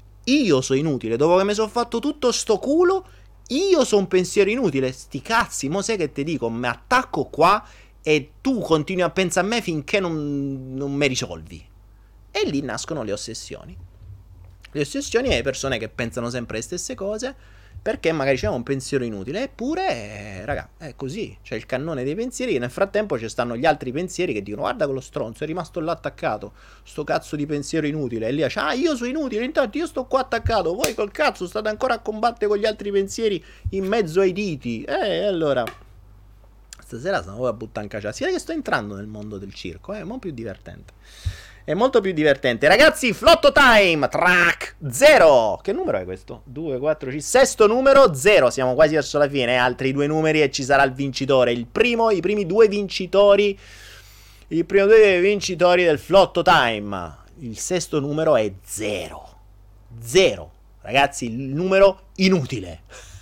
io sono inutile. Dopo che mi sono fatto tutto sto culo, io sono un pensiero inutile. Sti cazzi, mo sai che ti dico, mi attacco qua e tu continui a pensare a me finché non, non mi risolvi. E lì nascono le ossessioni. Le ossessioni è le persone che pensano sempre le stesse cose, perché magari c'è un pensiero inutile. Eppure, eh, raga, è così. C'è il cannone dei pensieri e nel frattempo ci stanno gli altri pensieri che dicono guarda quello stronzo, è rimasto là attaccato, sto cazzo di pensiero inutile. E lì ah, io sono inutile, intanto io sto qua attaccato, voi col cazzo state ancora a combattere con gli altri pensieri in mezzo ai diti. Eh, allora stasera sono a buttare in caccia. Si vede che sto entrando nel mondo del circo, è eh, molto più divertente. È molto più divertente. Ragazzi, Flotto Time, track zero. Che numero è questo? due, quattro, cinque, sesto numero, zero. Siamo quasi verso la fine, eh? Altri due numeri e ci sarà il vincitore. Il primo, i primi due vincitori. I primi due vincitori del Flotto Time. il sesto numero è zero. Zero. Ragazzi, il numero inutile.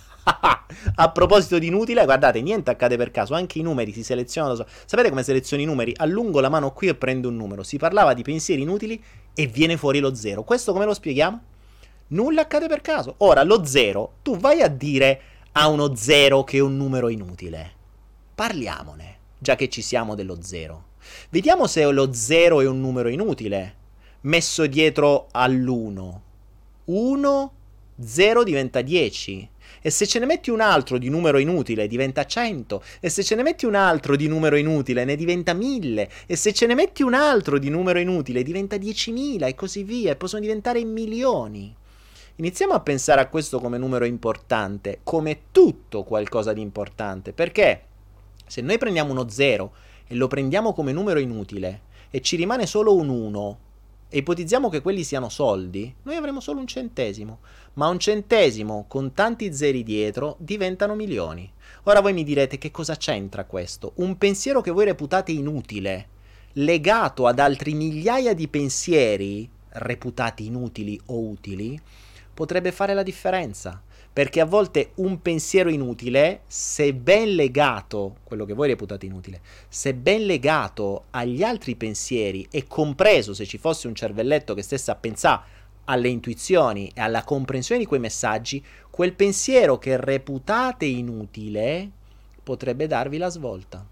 A proposito di inutile, guardate, niente accade per caso, anche i numeri si selezionano da soli. Sapete come seleziono i numeri? Allungo la mano qui e prendo un numero. Si parlava di pensieri inutili e viene fuori lo zero. Questo come lo spieghiamo? Nulla accade per caso. Ora, lo zero, tu vai a dire a uno zero che è un numero inutile. Parliamone, già che ci siamo dello zero. Vediamo se lo zero è un numero inutile, messo dietro all'uno. uno, zero diventa dieci. E se ce ne metti un altro di numero inutile diventa cento. E se ce ne metti un altro di numero inutile ne diventa mille. E se ce ne metti un altro di numero inutile diventa diecimila e così via. E possono diventare milioni. Iniziamo a pensare a questo come numero importante, come tutto qualcosa di importante. Perché se noi prendiamo uno zero e lo prendiamo come numero inutile e ci rimane solo un uno e ipotizziamo che quelli siano soldi, noi avremo solo un centesimo. Ma un centesimo con tanti zeri dietro diventano milioni. Ora voi mi direte che cosa c'entra questo? Un pensiero che voi reputate inutile, legato ad altri migliaia di pensieri reputati inutili o utili, potrebbe fare la differenza. Perché a volte un pensiero inutile, se ben legato, quello che voi reputate inutile, se ben legato agli altri pensieri e compreso se ci fosse un cervelletto che stesse a pensare alle intuizioni e alla comprensione di quei messaggi, quel pensiero che reputate inutile potrebbe darvi la svolta.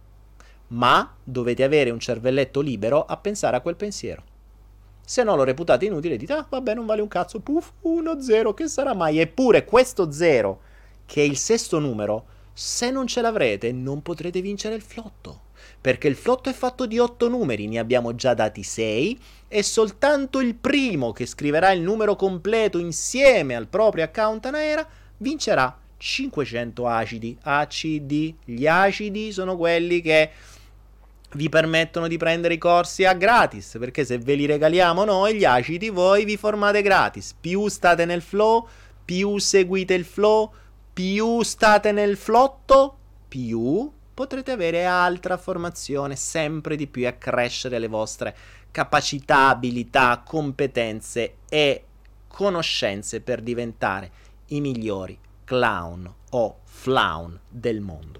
Ma dovete avere un cervelletto libero a pensare a quel pensiero. Se no lo reputate inutile e dite, ah vabbè non vale un cazzo, puff, uno, zero, che sarà mai? Eppure questo zero, che è il sesto numero, se non ce l'avrete non potrete vincere il flotto. Perché il flotto è fatto di otto numeri, ne abbiamo già dati sei, e soltanto il primo che scriverà il numero completo insieme al proprio account Anaera vincerà cinquecento acidi. A C D, gli acidi sono quelli che vi permettono di prendere i corsi a gratis, perché se ve li regaliamo noi gli acidi voi vi formate gratis. Più state nel flow, più seguite il flow, più state nel flotto, più potrete avere altra formazione, sempre di più, e accrescere le vostre capacità, abilità, competenze e conoscenze per diventare i migliori clown o flaun del mondo.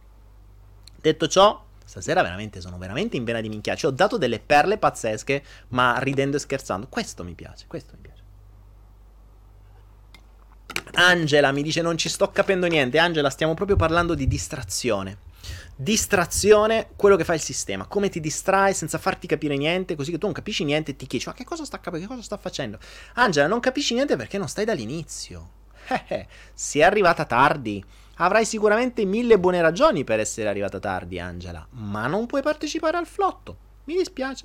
Detto ciò, stasera veramente sono veramente in vena di minchia. Ci ho dato delle perle pazzesche, ma ridendo e scherzando. Questo mi piace, questo mi piace. Angela mi dice non ci sto capendo niente. Angela, stiamo proprio parlando di distrazione. Distrazione, quello che fa il sistema. Come ti distrae senza farti capire niente, così che tu non capisci niente e ti chiedi, ma che cosa sta capendo, che cosa sta facendo? Angela, non capisci niente perché non stai dall'inizio. Eh, eh, sei arrivata tardi. Avrai sicuramente mille buone ragioni per essere arrivata tardi, Angela, ma non puoi partecipare al flotto. Mi dispiace.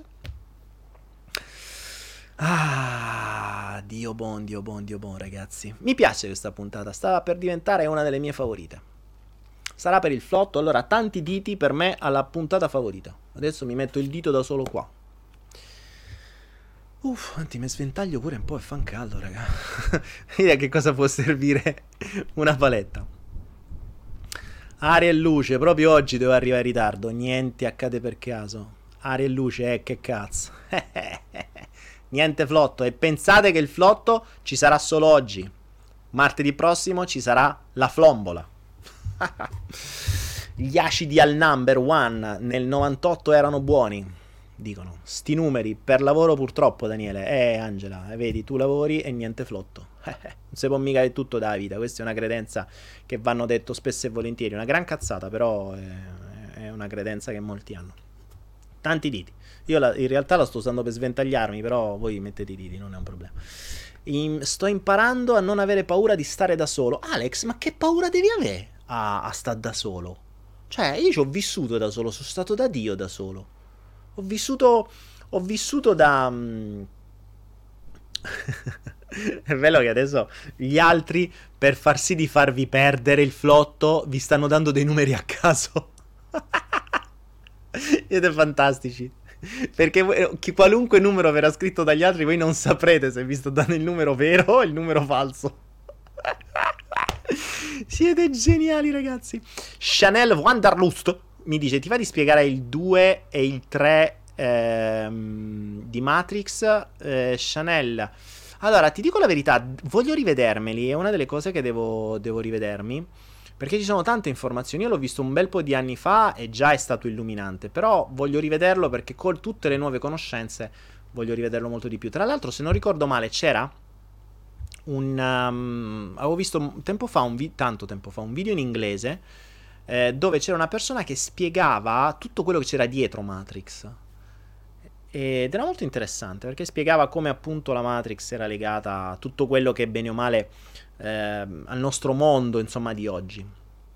Ah, Dio buon, Dio buon, Dio buon, ragazzi. Mi piace questa puntata, stava per diventare una delle mie favorite. Sarà per il flotto, allora tanti diti per me alla puntata favorita. Adesso mi metto il dito da solo qua. Uff, anzi, mi sventaglio pure un po' e fa un caldo, raga. Vedi che cosa può servire una paletta. Aria e luce, proprio oggi devo arrivare in ritardo. Niente accade per caso. Aria e luce, eh, che cazzo. Niente flotto. E pensate che il flotto ci sarà solo oggi. Martedì prossimo ci sarà la flombola. Gli acidi al number one nel novantotto erano buoni, dicono. Sti numeri per lavoro purtroppo, Daniele. Eh, Angela, vedi, tu lavori e niente flotto. Non si può mica che tutto dalla vita. Questa è una credenza che vanno detto spesso e volentieri. Una gran cazzata, però è, è una credenza che molti hanno. Tanti diti. Io la, in realtà la sto usando per sventagliarmi, però voi mettete i diti, non è un problema. In, sto imparando a non avere paura di stare da solo. Alex, ma che paura devi avere a, a stare da solo? Cioè, io ci ho vissuto da solo, sono stato da Dio da solo. Ho vissuto, ho vissuto da... Um... È bello che adesso gli altri, per far sì di farvi perdere il flotto, vi stanno dando dei numeri a caso. Siete fantastici. Perché voi, chi, qualunque numero verrà scritto dagli altri, voi non saprete se vi sto dando il numero vero o il numero falso. Siete geniali, ragazzi. Chanel Wanderlust mi dice, ti va di spiegare il due e il tre ehm, di Matrix, eh, Chanel. Allora, ti dico la verità, voglio rivedermeli, è una delle cose che devo, devo rivedermi, perché ci sono tante informazioni. Io l'ho visto un bel po' di anni fa e già è stato illuminante, però voglio rivederlo perché con tutte le nuove conoscenze voglio rivederlo molto di più. Tra l'altro, se non ricordo male, c'era un... Um, avevo visto tempo fa, un vi- tanto tempo fa, un video in inglese eh, dove c'era una persona che spiegava tutto quello che c'era dietro Matrix. Ed era molto interessante perché spiegava come appunto la Matrix era legata a tutto quello che bene o male eh, al nostro mondo, insomma, di oggi.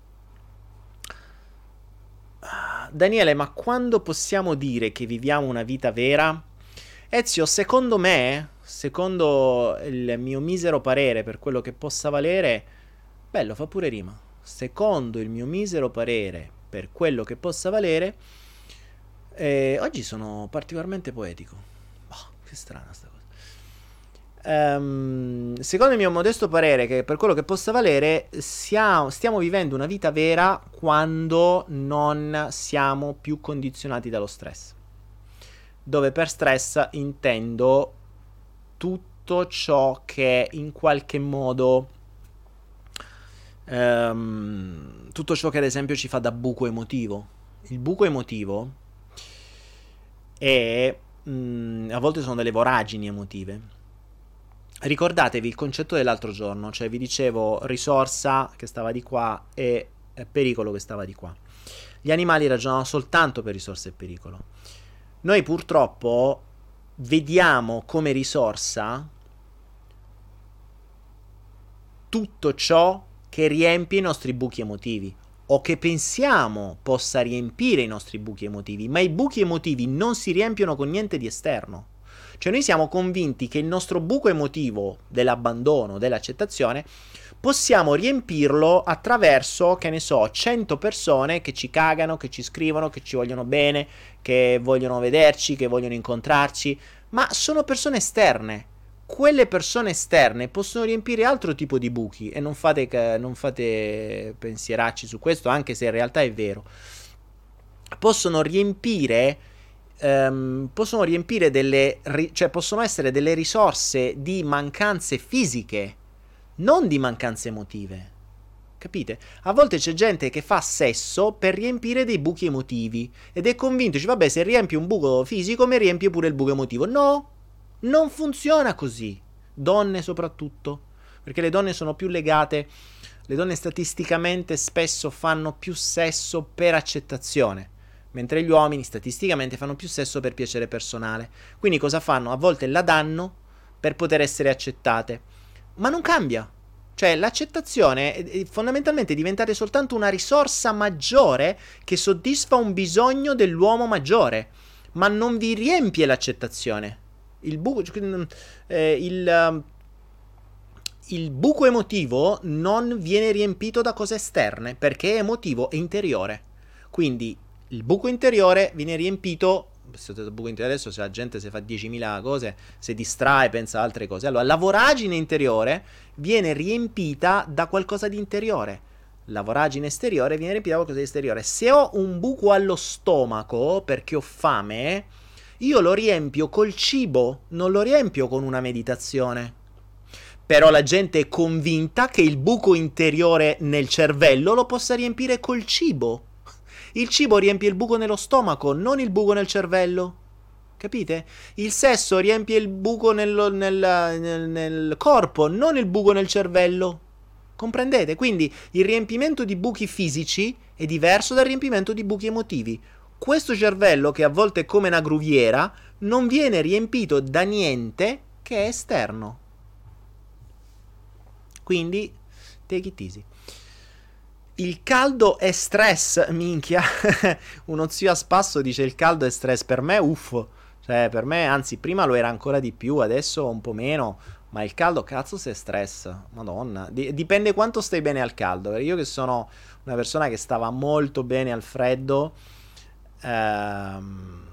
Daniele, ma quando possiamo dire che viviamo una vita vera? Ezio, secondo me, secondo il mio misero parere, per quello che possa valere, bello, fa pure rima. Secondo il mio misero parere, per quello che possa valere, eh, oggi sono particolarmente poetico. Oh, che strana sta cosa. Um, secondo il mio modesto parere, che per quello che possa valere, siamo, stiamo vivendo una vita vera quando non siamo più condizionati dallo stress. Dove per stress intendo tutto ciò che in qualche modo um, tutto ciò che ad esempio ci fa da buco emotivo. Il buco emotivo è um, a volte sono delle voragini emotive. Ricordatevi il concetto dell'altro giorno, cioè vi dicevo risorsa che stava di qua e pericolo che stava di qua. Gli animali ragionano soltanto per risorsa e pericolo. Noi purtroppo vediamo come risorsa tutto ciò che riempie i nostri buchi emotivi o che pensiamo possa riempire i nostri buchi emotivi, ma i buchi emotivi non si riempiono con niente di esterno. Cioè noi siamo convinti che il nostro buco emotivo dell'abbandono, dell'accettazione, possiamo riempirlo attraverso, che ne so, cento persone che ci cagano, che ci scrivono, che ci vogliono bene, che vogliono vederci, che vogliono incontrarci, ma sono persone esterne. Quelle persone esterne possono riempire altro tipo di buchi e non fate, non fate pensieracci su questo, anche se in realtà è vero. Possono riempire Um, possono riempire delle ri- cioè possono essere delle risorse di mancanze fisiche, non di mancanze emotive. Capite? A volte c'è gente che fa sesso per riempire dei buchi emotivi ed è convinto, dice vabbè, se riempi un buco fisico mi riempie pure il buco emotivo. No, non funziona così. Donne soprattutto, perché le donne sono più legate, le donne statisticamente spesso fanno più sesso per accettazione, mentre gli uomini statisticamente fanno più sesso per piacere personale. Quindi cosa fanno? A volte la danno per poter essere accettate, ma non cambia. Cioè l'accettazione è fondamentalmente diventare soltanto una risorsa maggiore che soddisfa un bisogno dell'uomo maggiore, ma non vi riempie l'accettazione. Il buco, eh, il, il buco emotivo non viene riempito da cose esterne perché è emotivo e interiore. Quindi il buco interiore viene riempito, se ho detto buco interiore adesso, se la gente si fa diecimila cose, si distrae, pensa a altre cose. Allora, la voragine interiore viene riempita da qualcosa di interiore. La voragine esteriore viene riempita da qualcosa di esteriore. Se ho un buco allo stomaco perché ho fame, io lo riempio col cibo, non lo riempio con una meditazione. Però la gente è convinta che il buco interiore nel cervello lo possa riempire col cibo. Il cibo riempie il buco nello stomaco, non il buco nel cervello. Capite? Il sesso riempie il buco nel, nel, nel, nel corpo, non il buco nel cervello. Comprendete? Quindi il riempimento di buchi fisici è diverso dal riempimento di buchi emotivi. Questo cervello, che a volte è come una gruviera, non viene riempito da niente che è esterno. Quindi, take it easy. Il caldo è stress, minchia. Uno zio a spasso dice il caldo è stress. Per me, uff. Cioè, per me, anzi, prima lo era ancora di più, adesso un po' meno. Ma il caldo, cazzo, se è stress. Madonna. Di- dipende quanto stai bene al caldo. Io che sono una persona che stava molto bene al freddo. Ehm...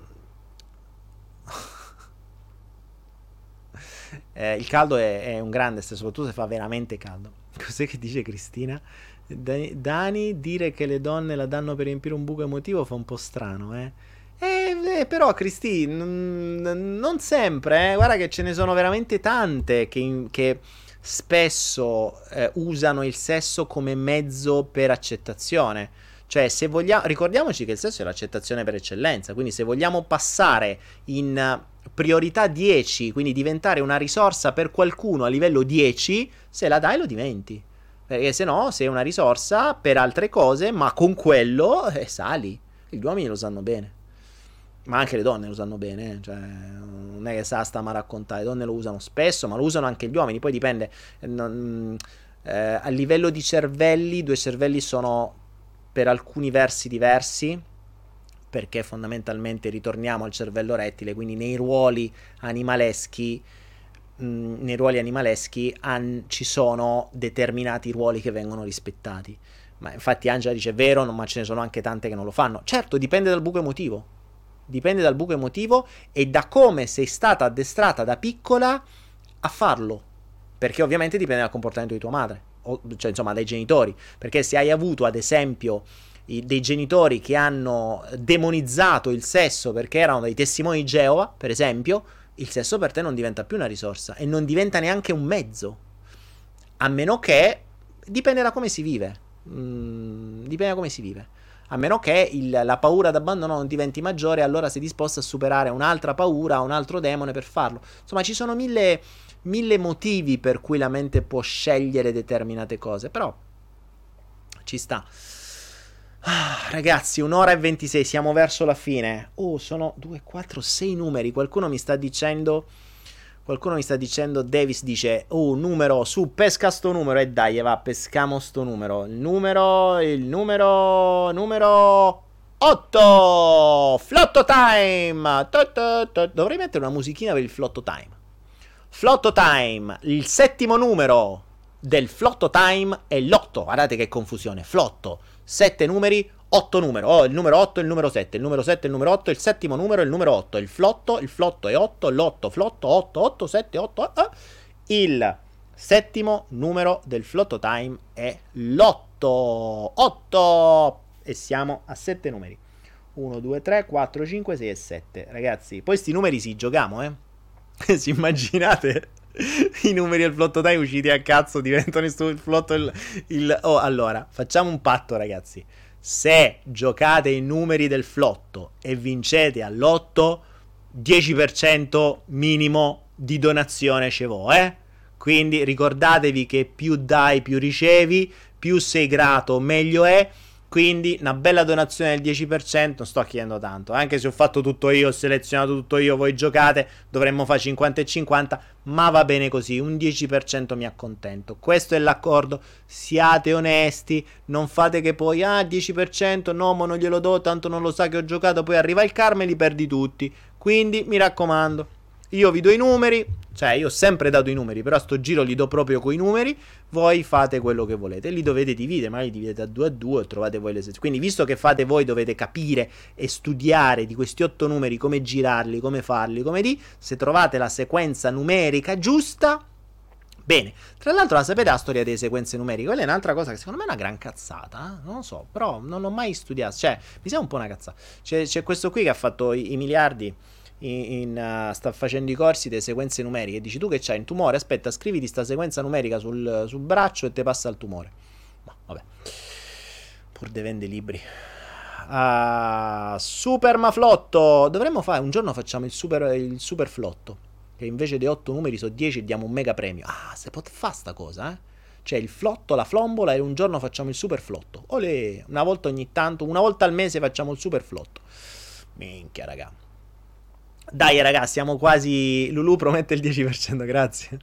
eh, il caldo è, è un grande stress, soprattutto se fa veramente caldo. Cos'è che dice Cristina? Dani, dire che le donne la danno per riempire un buco emotivo fa un po' strano, eh? Eh, Eh, però, Cristi, n- non sempre, eh. Guarda che ce ne sono veramente tante che, che spesso eh, usano il sesso come mezzo per accettazione. Cioè, se vogliamo, ricordiamoci che il sesso è l'accettazione per eccellenza, quindi se vogliamo passare in eh, priorità dieci, quindi diventare una risorsa per qualcuno a livello dieci, se la dai lo diventi. Perché se no sei una risorsa per altre cose, ma con quello eh, sali. Gli uomini lo sanno bene. Ma anche le donne lo sanno bene, eh. Cioè, non è che sa sta ma raccontare, le donne lo usano spesso, ma lo usano anche gli uomini, poi dipende, eh, non- eh, a livello di cervelli, due cervelli sono per alcuni versi diversi, perché fondamentalmente ritorniamo al cervello rettile, quindi nei ruoli animaleschi, mh, nei ruoli animaleschi han- ci sono determinati ruoli che vengono rispettati. Ma infatti Angela dice è vero, no, ma ce ne sono anche tante che non lo fanno. Certo, dipende dal buco emotivo. Dipende dal buco emotivo e da come sei stata addestrata da piccola a farlo. Perché ovviamente dipende dal comportamento di tua madre, o, cioè insomma dai genitori. Perché se hai avuto ad esempio i, dei genitori che hanno demonizzato il sesso perché erano dei testimoni di Geova, per esempio, il sesso per te non diventa più una risorsa e non diventa neanche un mezzo. A meno che dipende da come si vive. Mm, dipende da come si vive. A meno che il- la paura d'abbandono non diventi maggiore, allora sei disposto a superare un'altra paura, un altro demone per farlo. Insomma, ci sono mille, mille motivi per cui la mente può scegliere determinate cose, però ci sta. Ah, ragazzi, un'ora e ventisei, siamo verso la fine. Oh, sono due, quattro, sei numeri. Qualcuno mi sta dicendo... Qualcuno mi sta dicendo, Davis dice, oh, numero, su, pesca sto numero. E dai, va, pescamo sto numero. Il numero, il numero, numero otto. Flotto time. Tu, tu, tu. Dovrei mettere una musichina per il flotto time. Flotto time, il settimo numero del flotto time è l'otto. Guardate che confusione. Flotto, sette numeri, otto numero. Oh, il numero otto e il numero sette. Il numero sette e il numero otto. Il settimo numero è il numero otto. Il flotto, il flotto è otto. L'otto, flotto, otto, otto, sette, otto. Eh. Il settimo numero del flotto time è l'otto. otto. E siamo a sette numeri. uno, due, tre, quattro, cinque, sei e sette. Ragazzi, poi sti numeri si giocamo, eh. Si immaginate i numeri del flotto time usciti a cazzo diventano il flotto il, il... Oh, allora, facciamo un patto, ragazzi. Se giocate i numeri del flotto e vincete all'otto, dieci per cento minimo di donazione ce vo, eh? Quindi ricordatevi che più dai più ricevi, più sei grato meglio è. Quindi una bella donazione del dieci per cento, non sto chiedendo tanto, anche se ho fatto tutto io, ho selezionato tutto io, voi giocate, dovremmo fare cinquanta e cinquanta, ma va bene così, un dieci per cento mi accontento. Questo è l'accordo, siate onesti, non fate che poi, ah, dieci per cento, no, ma non glielo do, tanto non lo sa che ho giocato, poi arriva il karma e li perdi tutti. Quindi, mi raccomando, io vi do i numeri, cioè io ho sempre dato i numeri, però a sto giro li do proprio coi numeri, voi fate quello che volete, li dovete dividere, magari dividete a due a due e trovate voi le sezioni. Quindi visto che fate voi dovete capire e studiare di questi otto numeri come girarli, come farli, come di, se trovate la sequenza numerica giusta, bene. Tra l'altro la sapete la storia delle sequenze numeriche? Quella è un'altra cosa che secondo me è una gran cazzata, eh? Non lo so, però non ho mai studiato, cioè mi sembra un po' una cazzata. C'è, c'è questo qui che ha fatto i, i miliardi. In, in, uh, sta facendo i corsi delle sequenze numeriche. Dici tu che c'hai un tumore, aspetta, scriviti sta sequenza numerica sul, sul braccio e te passa il tumore. Ma vabbè, pur de vende libri. Uh, super Maflotto. Dovremmo fare un giorno facciamo il super, il super flotto. Che invece di otto numeri sono dieci e diamo un mega premio. Ah, se pot fa sta cosa, eh? Cioè il flotto, la flombola e un giorno facciamo il super flotto. Olè, una volta ogni tanto, una volta al mese facciamo il super flotto. Minchia, raga. Dai ragazzi, siamo quasi... Lulu promette il dieci per cento, grazie.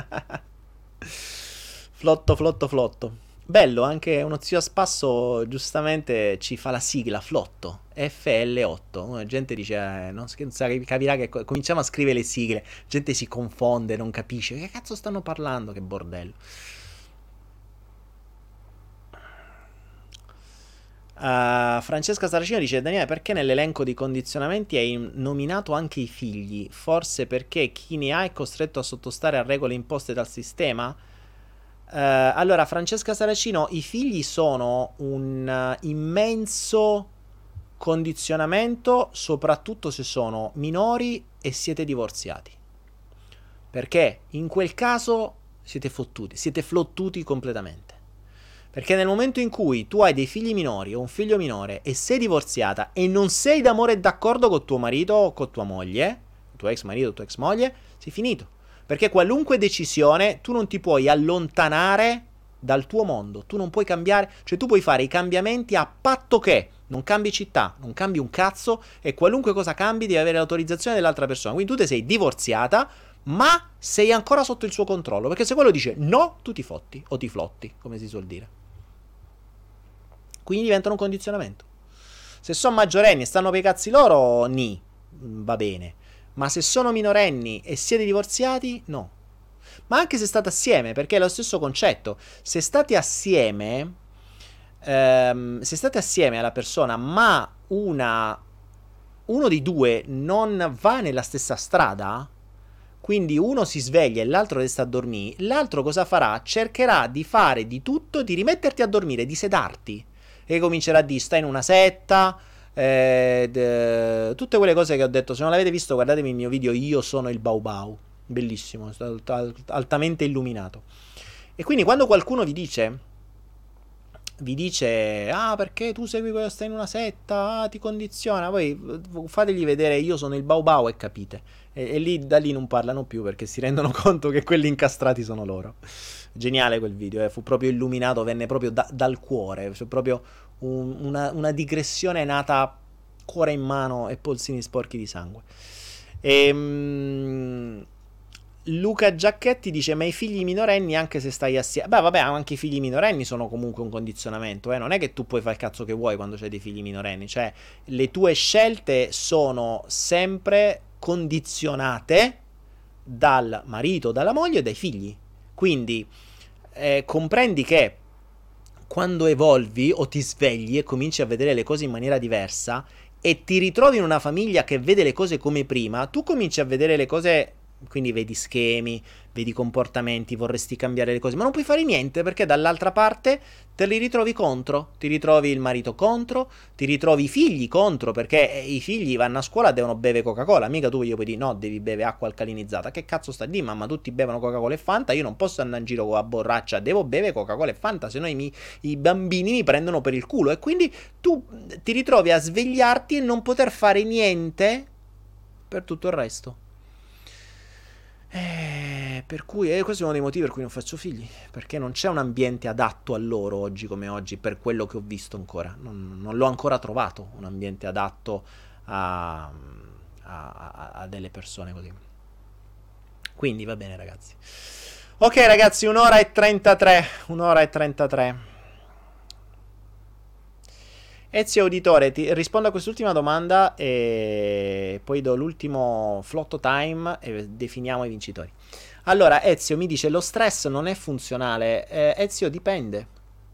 Flotto, flotto, flotto. Bello, anche uno zio a spasso giustamente ci fa la sigla, flotto, F L otto. La gente dice, eh, non sa, capirà che cominciamo a scrivere le sigle, la gente si confonde, non capisce, che cazzo stanno parlando, che bordello. Uh, Francesca Saracino dice: Daniele, perché nell'elenco di condizionamenti hai nominato anche i figli? Forse perché chi ne ha è costretto a sottostare a regole imposte dal sistema? Uh, allora, Francesca Saracino, i figli sono un uh, immenso Condizionamento soprattutto se sono minori e siete divorziati. Perché in quel caso siete fottuti, siete flottuti completamente. Perché nel momento in cui tu hai dei figli minori o un figlio minore e sei divorziata e non sei d'amore e d'accordo con tuo marito o con tua moglie, tuo ex marito o tua ex moglie, sei finito. Perché qualunque decisione tu non ti puoi allontanare dal tuo mondo, tu non puoi cambiare, cioè tu puoi fare i cambiamenti a patto che non cambi città, non cambi un cazzo e qualunque cosa cambi devi avere l'autorizzazione dell'altra persona. Quindi tu ti sei divorziata, ma sei ancora sotto il suo controllo, perché se quello dice no, tu ti fotti o ti flotti, come si suol dire. Quindi diventa un condizionamento. Se sono maggiorenni e stanno per i cazzi loro, ni, va bene. Ma se sono minorenni e siete divorziati, no. Ma anche se state assieme, perché è lo stesso concetto. Se state assieme, ehm, se state assieme alla persona, ma una, uno dei due non va nella stessa strada, quindi uno si sveglia e l'altro resta a dormire, l'altro cosa farà? Cercherà di fare di tutto, di rimetterti a dormire, di sedarti. E comincerà a dire stai in una setta, eh, d- tutte quelle cose che ho detto. Se non l'avete visto, guardatevi il mio video Io sono il Bau Bau, bellissimo, alt- altamente illuminato. E quindi quando qualcuno vi dice vi dice ah perché tu segui quello, stai in una setta, ah, ti condiziona, voi fategli vedere Io sono il Bau Bau e capite. E, e lì da lì non parlano più perché si rendono conto che quelli incastrati sono loro. Geniale quel video, eh, fu proprio illuminato, venne proprio da, dal cuore, cioè proprio un, una, una digressione nata cuore in mano e polsini sporchi di sangue. E, um, Luca Giacchetti dice ma i figli minorenni anche se stai assieme, beh vabbè anche i figli minorenni sono comunque un condizionamento, eh? Non è che tu puoi fare il cazzo che vuoi quando c'hai dei figli minorenni, cioè le tue scelte sono sempre condizionate dal marito, dalla moglie e dai figli. Quindi eh, comprendi che quando evolvi o ti svegli e cominci a vedere le cose in maniera diversa e ti ritrovi in una famiglia che vede le cose come prima, tu cominci a vedere le cose, quindi vedi schemi, vedi comportamenti, vorresti cambiare le cose, ma non puoi fare niente perché dall'altra parte te li ritrovi contro, ti ritrovi il marito contro, ti ritrovi i figli contro, perché i figli vanno a scuola e devono bere Coca-Cola, mica tu gli puoi dire no, devi bere acqua alcalinizzata, che cazzo sta di mamma, tutti bevono Coca-Cola e Fanta, io non posso andare in giro con la borraccia, devo bere Coca-Cola e Fanta, se no i, mi, i bambini mi prendono per il culo, e quindi tu ti ritrovi a svegliarti e non poter fare niente per tutto il resto. Eh, per cui eh, questo è uno dei motivi per cui non faccio figli, perché non c'è un ambiente adatto a loro oggi come oggi, per quello che ho visto ancora, non, non l'ho ancora trovato un ambiente adatto a, a, a, a delle persone così. Quindi va bene ragazzi. Ok ragazzi, un'ora e trentatré, un'ora e trentatré. Ezio Auditore, ti rispondo a quest'ultima domanda e poi do l'ultimo flotto time e definiamo i vincitori. Allora, Ezio mi dice lo stress non è funzionale. Eh, Ezio, dipende.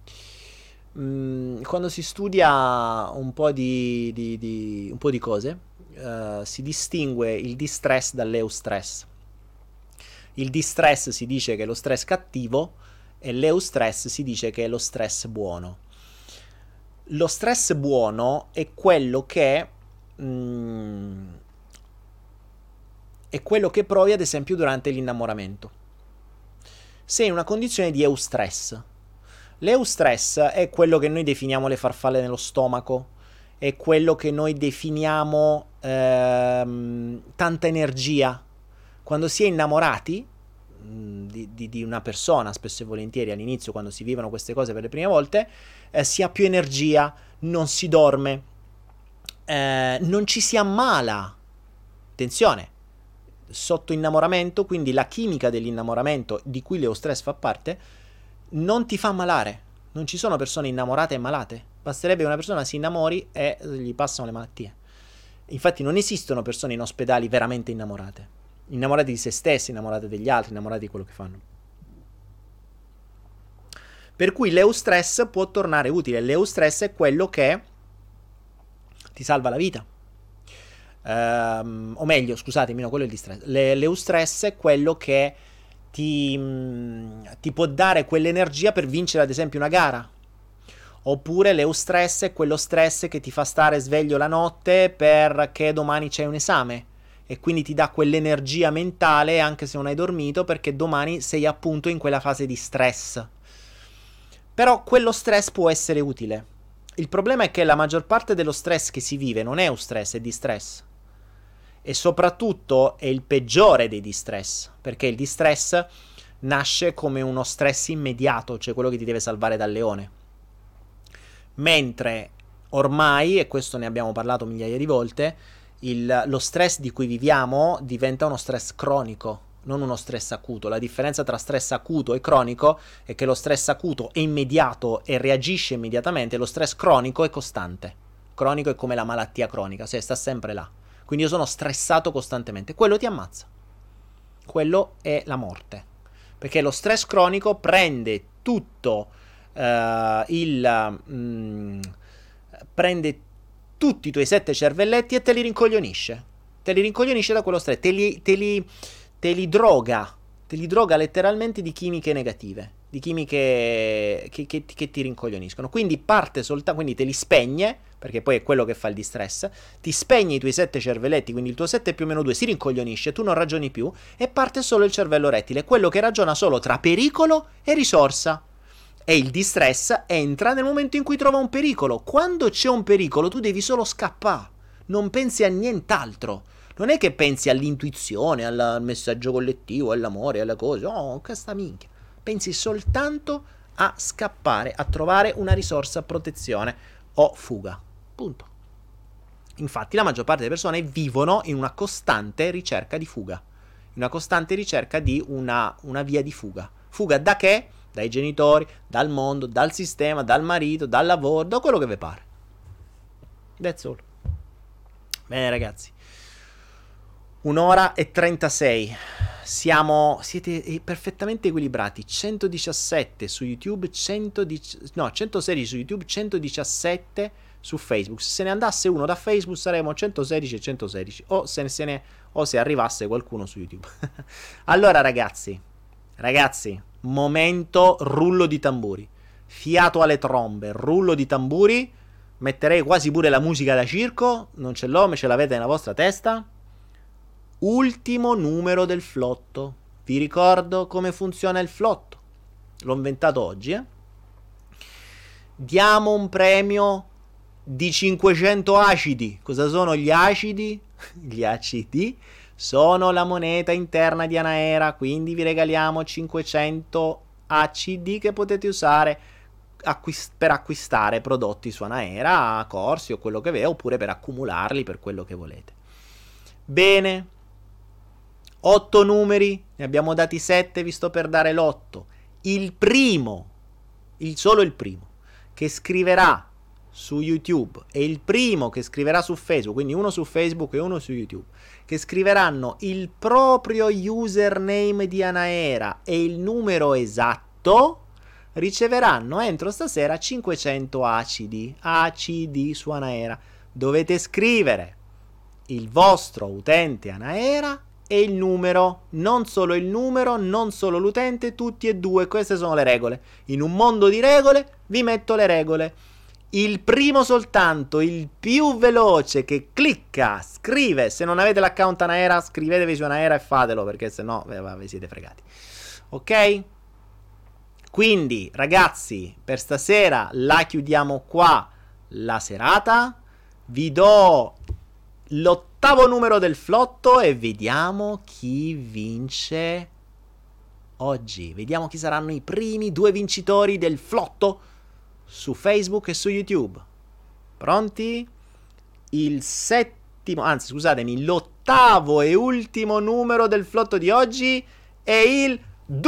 Mm, quando si studia un po' di, di, di, un po' di cose, uh, si distingue il distress dall'eustress. Il distress si dice che è lo stress cattivo e l'eustress si dice che è lo stress buono. Lo stress buono è quello che mm, è quello che provi ad esempio durante l'innamoramento. Sei in una condizione di eustress. L'eustress è quello che noi definiamo le farfalle nello stomaco, è quello che noi definiamo ehm, tanta energia. Quando si è innamorati mh, di, di, di una persona, spesso e volentieri all'inizio quando si vivono queste cose per le prime volte, eh, si ha più energia, non si dorme, eh, non ci si ammala. Attenzione, sotto innamoramento, quindi la chimica dell'innamoramento di cui l'eustress fa parte, non ti fa ammalare. Non ci sono persone innamorate e malate. Basterebbe che una persona si innamori e gli passano le malattie. Infatti non esistono persone in ospedali veramente innamorate. Innamorate di se stessi, innamorate degli altri, innamorate di quello che fanno. Per cui l'eustress può tornare utile. L'eustress è quello che ti salva la vita. Um, o meglio, scusatemi, no, quello è il distress. Le, l'eustress è quello che ti, ti può dare quell'energia per vincere ad esempio una gara, Oppure l'eustress è quello stress che ti fa stare sveglio la notte perché domani c'è un esame e quindi ti dà quell'energia mentale anche se non hai dormito, perché domani sei appunto in quella fase di stress. Però quello stress può essere utile. Il problema è che la maggior parte dello stress che si vive non è eustress, è distress. E soprattutto è il peggiore dei distress, perché il distress nasce come uno stress immediato, cioè quello che ti deve salvare dal leone. Mentre ormai, e questo ne abbiamo parlato migliaia di volte, il, lo stress di cui viviamo diventa uno stress cronico, non uno stress acuto. La differenza tra stress acuto e cronico è che lo stress acuto è immediato e reagisce immediatamente, lo stress cronico è costante. Cronico è come la malattia cronica, cioè sta sempre là. Quindi io sono stressato costantemente, quello ti ammazza. Quello è la morte. Perché lo stress cronico prende tutto uh, il mm, prende tutti i tuoi sette cervelletti e te li rincoglionisce. Te li rincoglionisce da quello stress, te li, te li, te li droga, te li droga letteralmente di chimiche negative, di chimiche che, che, che ti rincoglioniscono. Quindi parte soltanto, quindi te li spegne, perché poi è quello che fa il distress, ti spegne i tuoi sette cervelletti, quindi il tuo sette più o meno due si rincoglionisce, tu non ragioni più e parte solo il cervello rettile, quello che ragiona solo tra pericolo e risorsa. E il distress entra nel momento in cui trova un pericolo. Quando c'è un pericolo tu devi solo scappare, non pensi a nient'altro. Non è che pensi all'intuizione, al messaggio collettivo, all'amore, alle cose. Oh, questa minchia. Pensi soltanto a scappare, a trovare una risorsa, protezione o fuga. Punto. Infatti la maggior parte delle persone vivono in una costante ricerca di fuga. In una costante ricerca di una, una via di fuga. Fuga da che? Dai genitori, dal mondo, dal sistema, dal marito, dal lavoro, da quello che vi pare. That's all. Bene ragazzi, un'ora e trentasei. Siamo, siete perfettamente equilibrati. centodiciassette su YouTube, centodieci, no, centosedici su YouTube, centodiciassette su Facebook. Se ne andasse uno da Facebook saremmo centosedici e centosedici. O se, se ne, o se arrivasse qualcuno su YouTube. Allora ragazzi, ragazzi, momento rullo di tamburi, fiato alle trombe, rullo di tamburi. Metterei quasi pure la musica da circo, non ce l'ho, ma ce l'avete nella vostra testa. Ultimo numero del flotto. Vi ricordo come funziona il flotto, l'ho inventato oggi, eh? Diamo un premio di cinquecento acidi. Cosa sono gli acidi? Gli acidi sono la moneta interna di Anaera, quindi vi regaliamo cinquecento A C D che potete usare acquist- per acquistare prodotti su Anaera, corsi o quello che è, oppure per accumularli per quello che volete. Bene, otto numeri, ne abbiamo dati sette, vi sto per dare l'otto. Il primo, il solo il primo, che scriverà su YouTube e il primo che scriverà su Facebook, quindi uno su Facebook e uno su YouTube, che scriveranno il proprio username di Anaera e il numero esatto, riceveranno entro stasera cinquecento acidi, A C D su Anaera. Dovete scrivere il vostro utente Anaera e il numero, non solo il numero, non solo l'utente, tutti e due. Queste sono le regole. In un mondo di regole vi metto le regole. Il primo soltanto, il più veloce che clicca, scrive. Se non avete l'account Anaera, scrivetevi su Anaera e fatelo, perché se no eh, vi siete fregati. Ok? Quindi ragazzi, per stasera la chiudiamo qua la serata. Vi do l'ottavo numero del flotto e vediamo chi vince oggi. Vediamo chi saranno i primi due vincitori del flotto su Facebook e su YouTube. Pronti? Il settimo, anzi scusatemi, l'ottavo e ultimo numero del flotto di oggi è il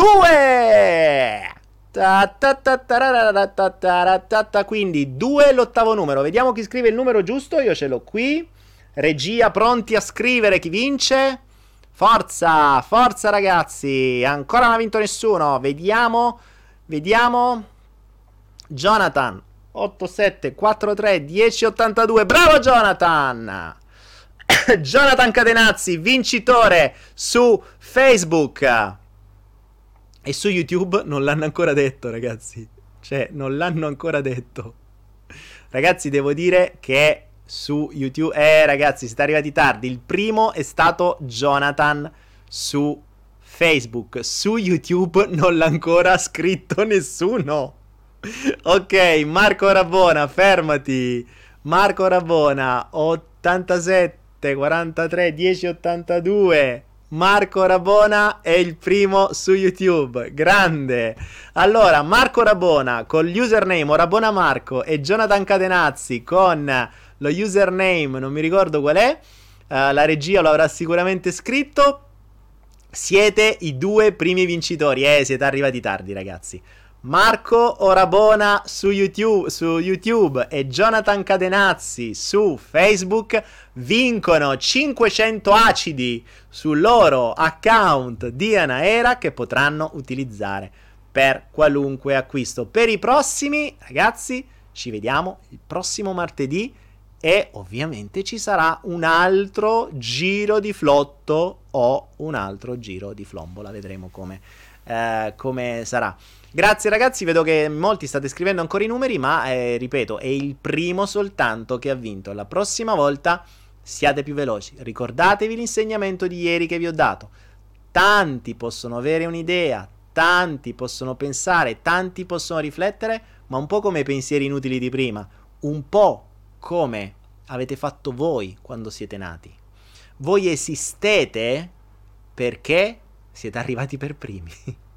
due. Ta ta ta ta ta ta ta ta. Quindi due è l'ottavo numero. Vediamo chi scrive il numero giusto. Io ce l'ho qui. Regia, pronti a scrivere chi vince? Forza, forza ragazzi. Ancora non ha vinto nessuno. Vediamo, vediamo. Jonathan otto sette quattro tre uno zero otto due. Bravo Jonathan. Jonathan Cadenazzi, vincitore su Facebook. E su YouTube non l'hanno ancora detto, ragazzi. Cioè, non l'hanno ancora detto. Ragazzi, devo dire che su YouTube... Eh, ragazzi, siete arrivati tardi. Il primo è stato Jonathan su Facebook. Su YouTube non l'ha ancora scritto nessuno. Ok, Marco Rabona, fermati. Marco Rabona, ottantasette, quarantatré, dieci, ottantadue. Marco Rabona è il primo su YouTube, grande. Allora, Marco Rabona con l'username Rabona Marco e Jonathan Cadenazzi con lo username, non mi ricordo qual è, uh, la regia lo avrà sicuramente scritto. Siete i due primi vincitori, eh, siete arrivati tardi, ragazzi. Marco Orabona su YouTube, su YouTube e Jonathan Cadenazzi su Facebook vincono cinquecento acidi sul loro account di Anaera che potranno utilizzare per qualunque acquisto. Per i prossimi, ragazzi, ci vediamo il prossimo martedì e ovviamente ci sarà un altro giro di flotto o un altro giro di flombola, vedremo come, eh, come sarà. Grazie ragazzi, vedo che molti state scrivendo ancora i numeri, ma eh, ripeto, è il primo soltanto che ha vinto. La prossima volta siate più veloci. Ricordatevi l'insegnamento di ieri che vi ho dato. Tanti possono avere un'idea, tanti possono pensare, tanti possono riflettere, ma un po' come i pensieri inutili di prima, un po' come avete fatto voi quando siete nati. Voi esistete perché siete arrivati per primi.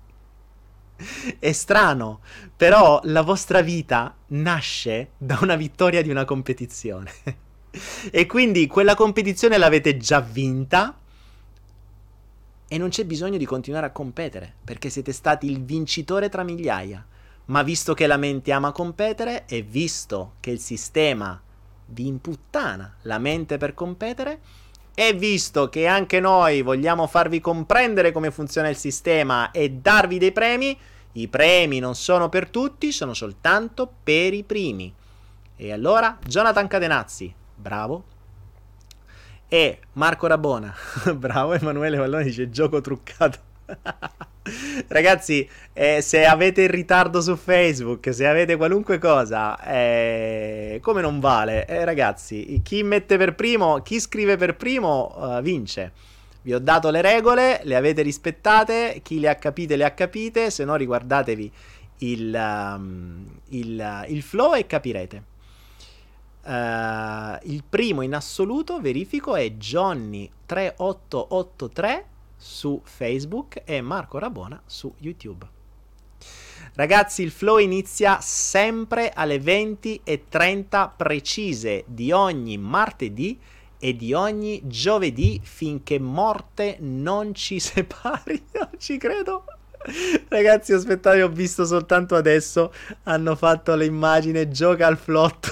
È strano, però la vostra vita nasce da una vittoria di una competizione. E quindi quella competizione l'avete già vinta e non c'è bisogno di continuare a competere, perché siete stati il vincitore tra migliaia. Ma visto che la mente ama competere e visto che il sistema vi imputtana la mente per competere, e visto che anche noi vogliamo farvi comprendere come funziona il sistema e darvi dei premi, i premi non sono per tutti, sono soltanto per i primi. E allora, Jonathan Cadenazzi, bravo. E Marco Rabona, bravo. Emanuele Vallone dice gioco truccato. Ragazzi, eh, se avete il ritardo su Facebook, se avete qualunque cosa, eh, come non vale? Eh, ragazzi, chi mette per primo, chi scrive per primo uh, vince. Vi ho dato le regole, le avete rispettate, chi le ha capite le ha capite, se no riguardatevi il, um, il, il flow e capirete. Uh, il primo in assoluto, verifico, è Johnny tre otto otto tre su Facebook e Marco Rabona su YouTube. Ragazzi, il flow inizia sempre alle venti e trenta precise di ogni martedì e di ogni giovedì finché morte non ci separi. Non ci credo. Ragazzi, aspettate, ho visto soltanto adesso, hanno fatto l'immagine gioca al flotto.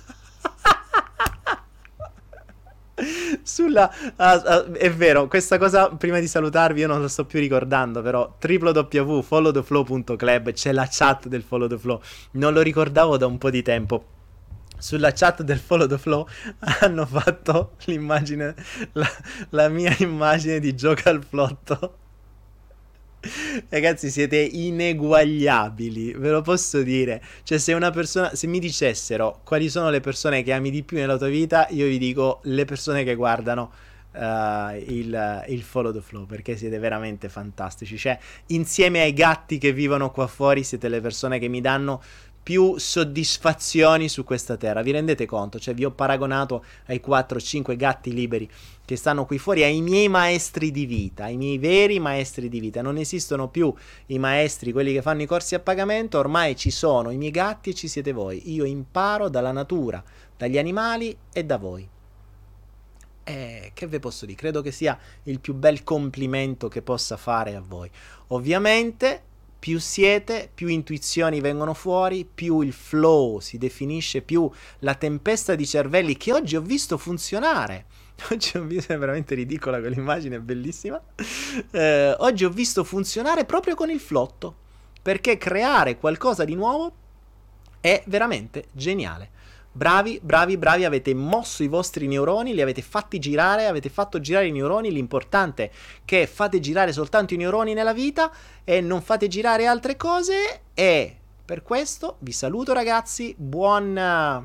Sulla uh, uh, è vero, questa cosa prima di salutarvi io non lo sto più ricordando, però w w w punto follow the flow punto club c'è la chat del Follow the Flow, non lo ricordavo da un po' di tempo. Sulla chat del Follow the Flow hanno fatto l'immagine, la, la mia immagine di gioca al flotto. Ragazzi, siete ineguagliabili, ve lo posso dire. Cioè, se una persona, se mi dicessero quali sono le persone che ami di più nella tua vita, io vi dico le persone che guardano uh, il, il Follow the Flow, perché siete veramente fantastici. Cioè, insieme ai gatti che vivono qua fuori, siete le persone che mi danno più soddisfazioni su questa terra. Vi rendete conto? Cioè, vi ho paragonato ai quattro cinque gatti liberi che stanno qui fuori, ai miei maestri di vita, ai miei veri maestri di vita. Non esistono più i maestri, quelli che fanno i corsi a pagamento, ormai ci sono i miei gatti e ci siete voi. Io imparo dalla natura, dagli animali e da voi. Eh, che ve posso dire? Credo che sia il più bel complimento che possa fare a voi. Ovviamente, più siete, più intuizioni vengono fuori, più il flow si definisce, più la tempesta di cervelli che oggi ho visto funzionare. Oggi ho visto, è veramente ridicola quell'immagine, è bellissima. Eh, oggi ho visto funzionare proprio con il flotto, perché creare qualcosa di nuovo è veramente geniale. Bravi, bravi, bravi, avete mosso i vostri neuroni, li avete fatti girare, avete fatto girare i neuroni. L'importante è che fate girare soltanto i neuroni nella vita e non fate girare altre cose. E per questo vi saluto, ragazzi, buon,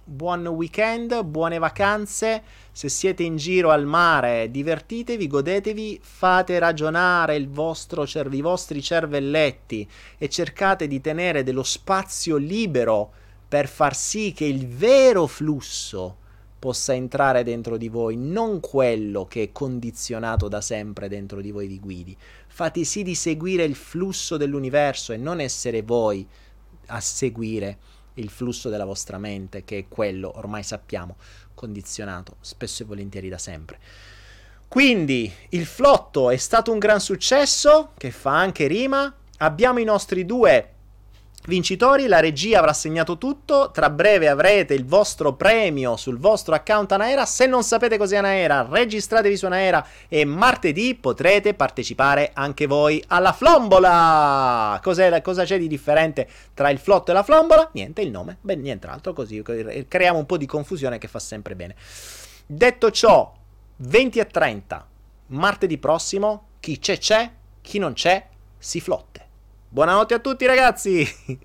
buon weekend, buone vacanze. Se siete in giro al mare, divertitevi, godetevi, fate ragionare il vostro cer- i vostri cervelletti e cercate di tenere dello spazio libero per far sì che il vero flusso possa entrare dentro di voi, non quello che è condizionato da sempre dentro di voi vi guidi. Fate sì di seguire il flusso dell'universo e non essere voi a seguire il flusso della vostra mente, che è quello, ormai sappiamo, condizionato spesso e volentieri da sempre. Quindi il flotto è stato un gran successo, che fa anche rima. Abbiamo i nostri due vincitori, la regia avrà segnato tutto, tra breve avrete il vostro premio sul vostro account Anaera. Se non sapete cos'è Anaera, registratevi su Anaera e martedì potrete partecipare anche voi alla flombola. Cos'è, cosa c'è di differente tra il flotto e la flombola? Niente, il nome, beh, nient'altro, così creiamo un po' di confusione che fa sempre bene. Detto ciò, venti e trenta martedì prossimo, chi c'è c'è, chi non c'è si flotte. Buonanotte a tutti ragazzi!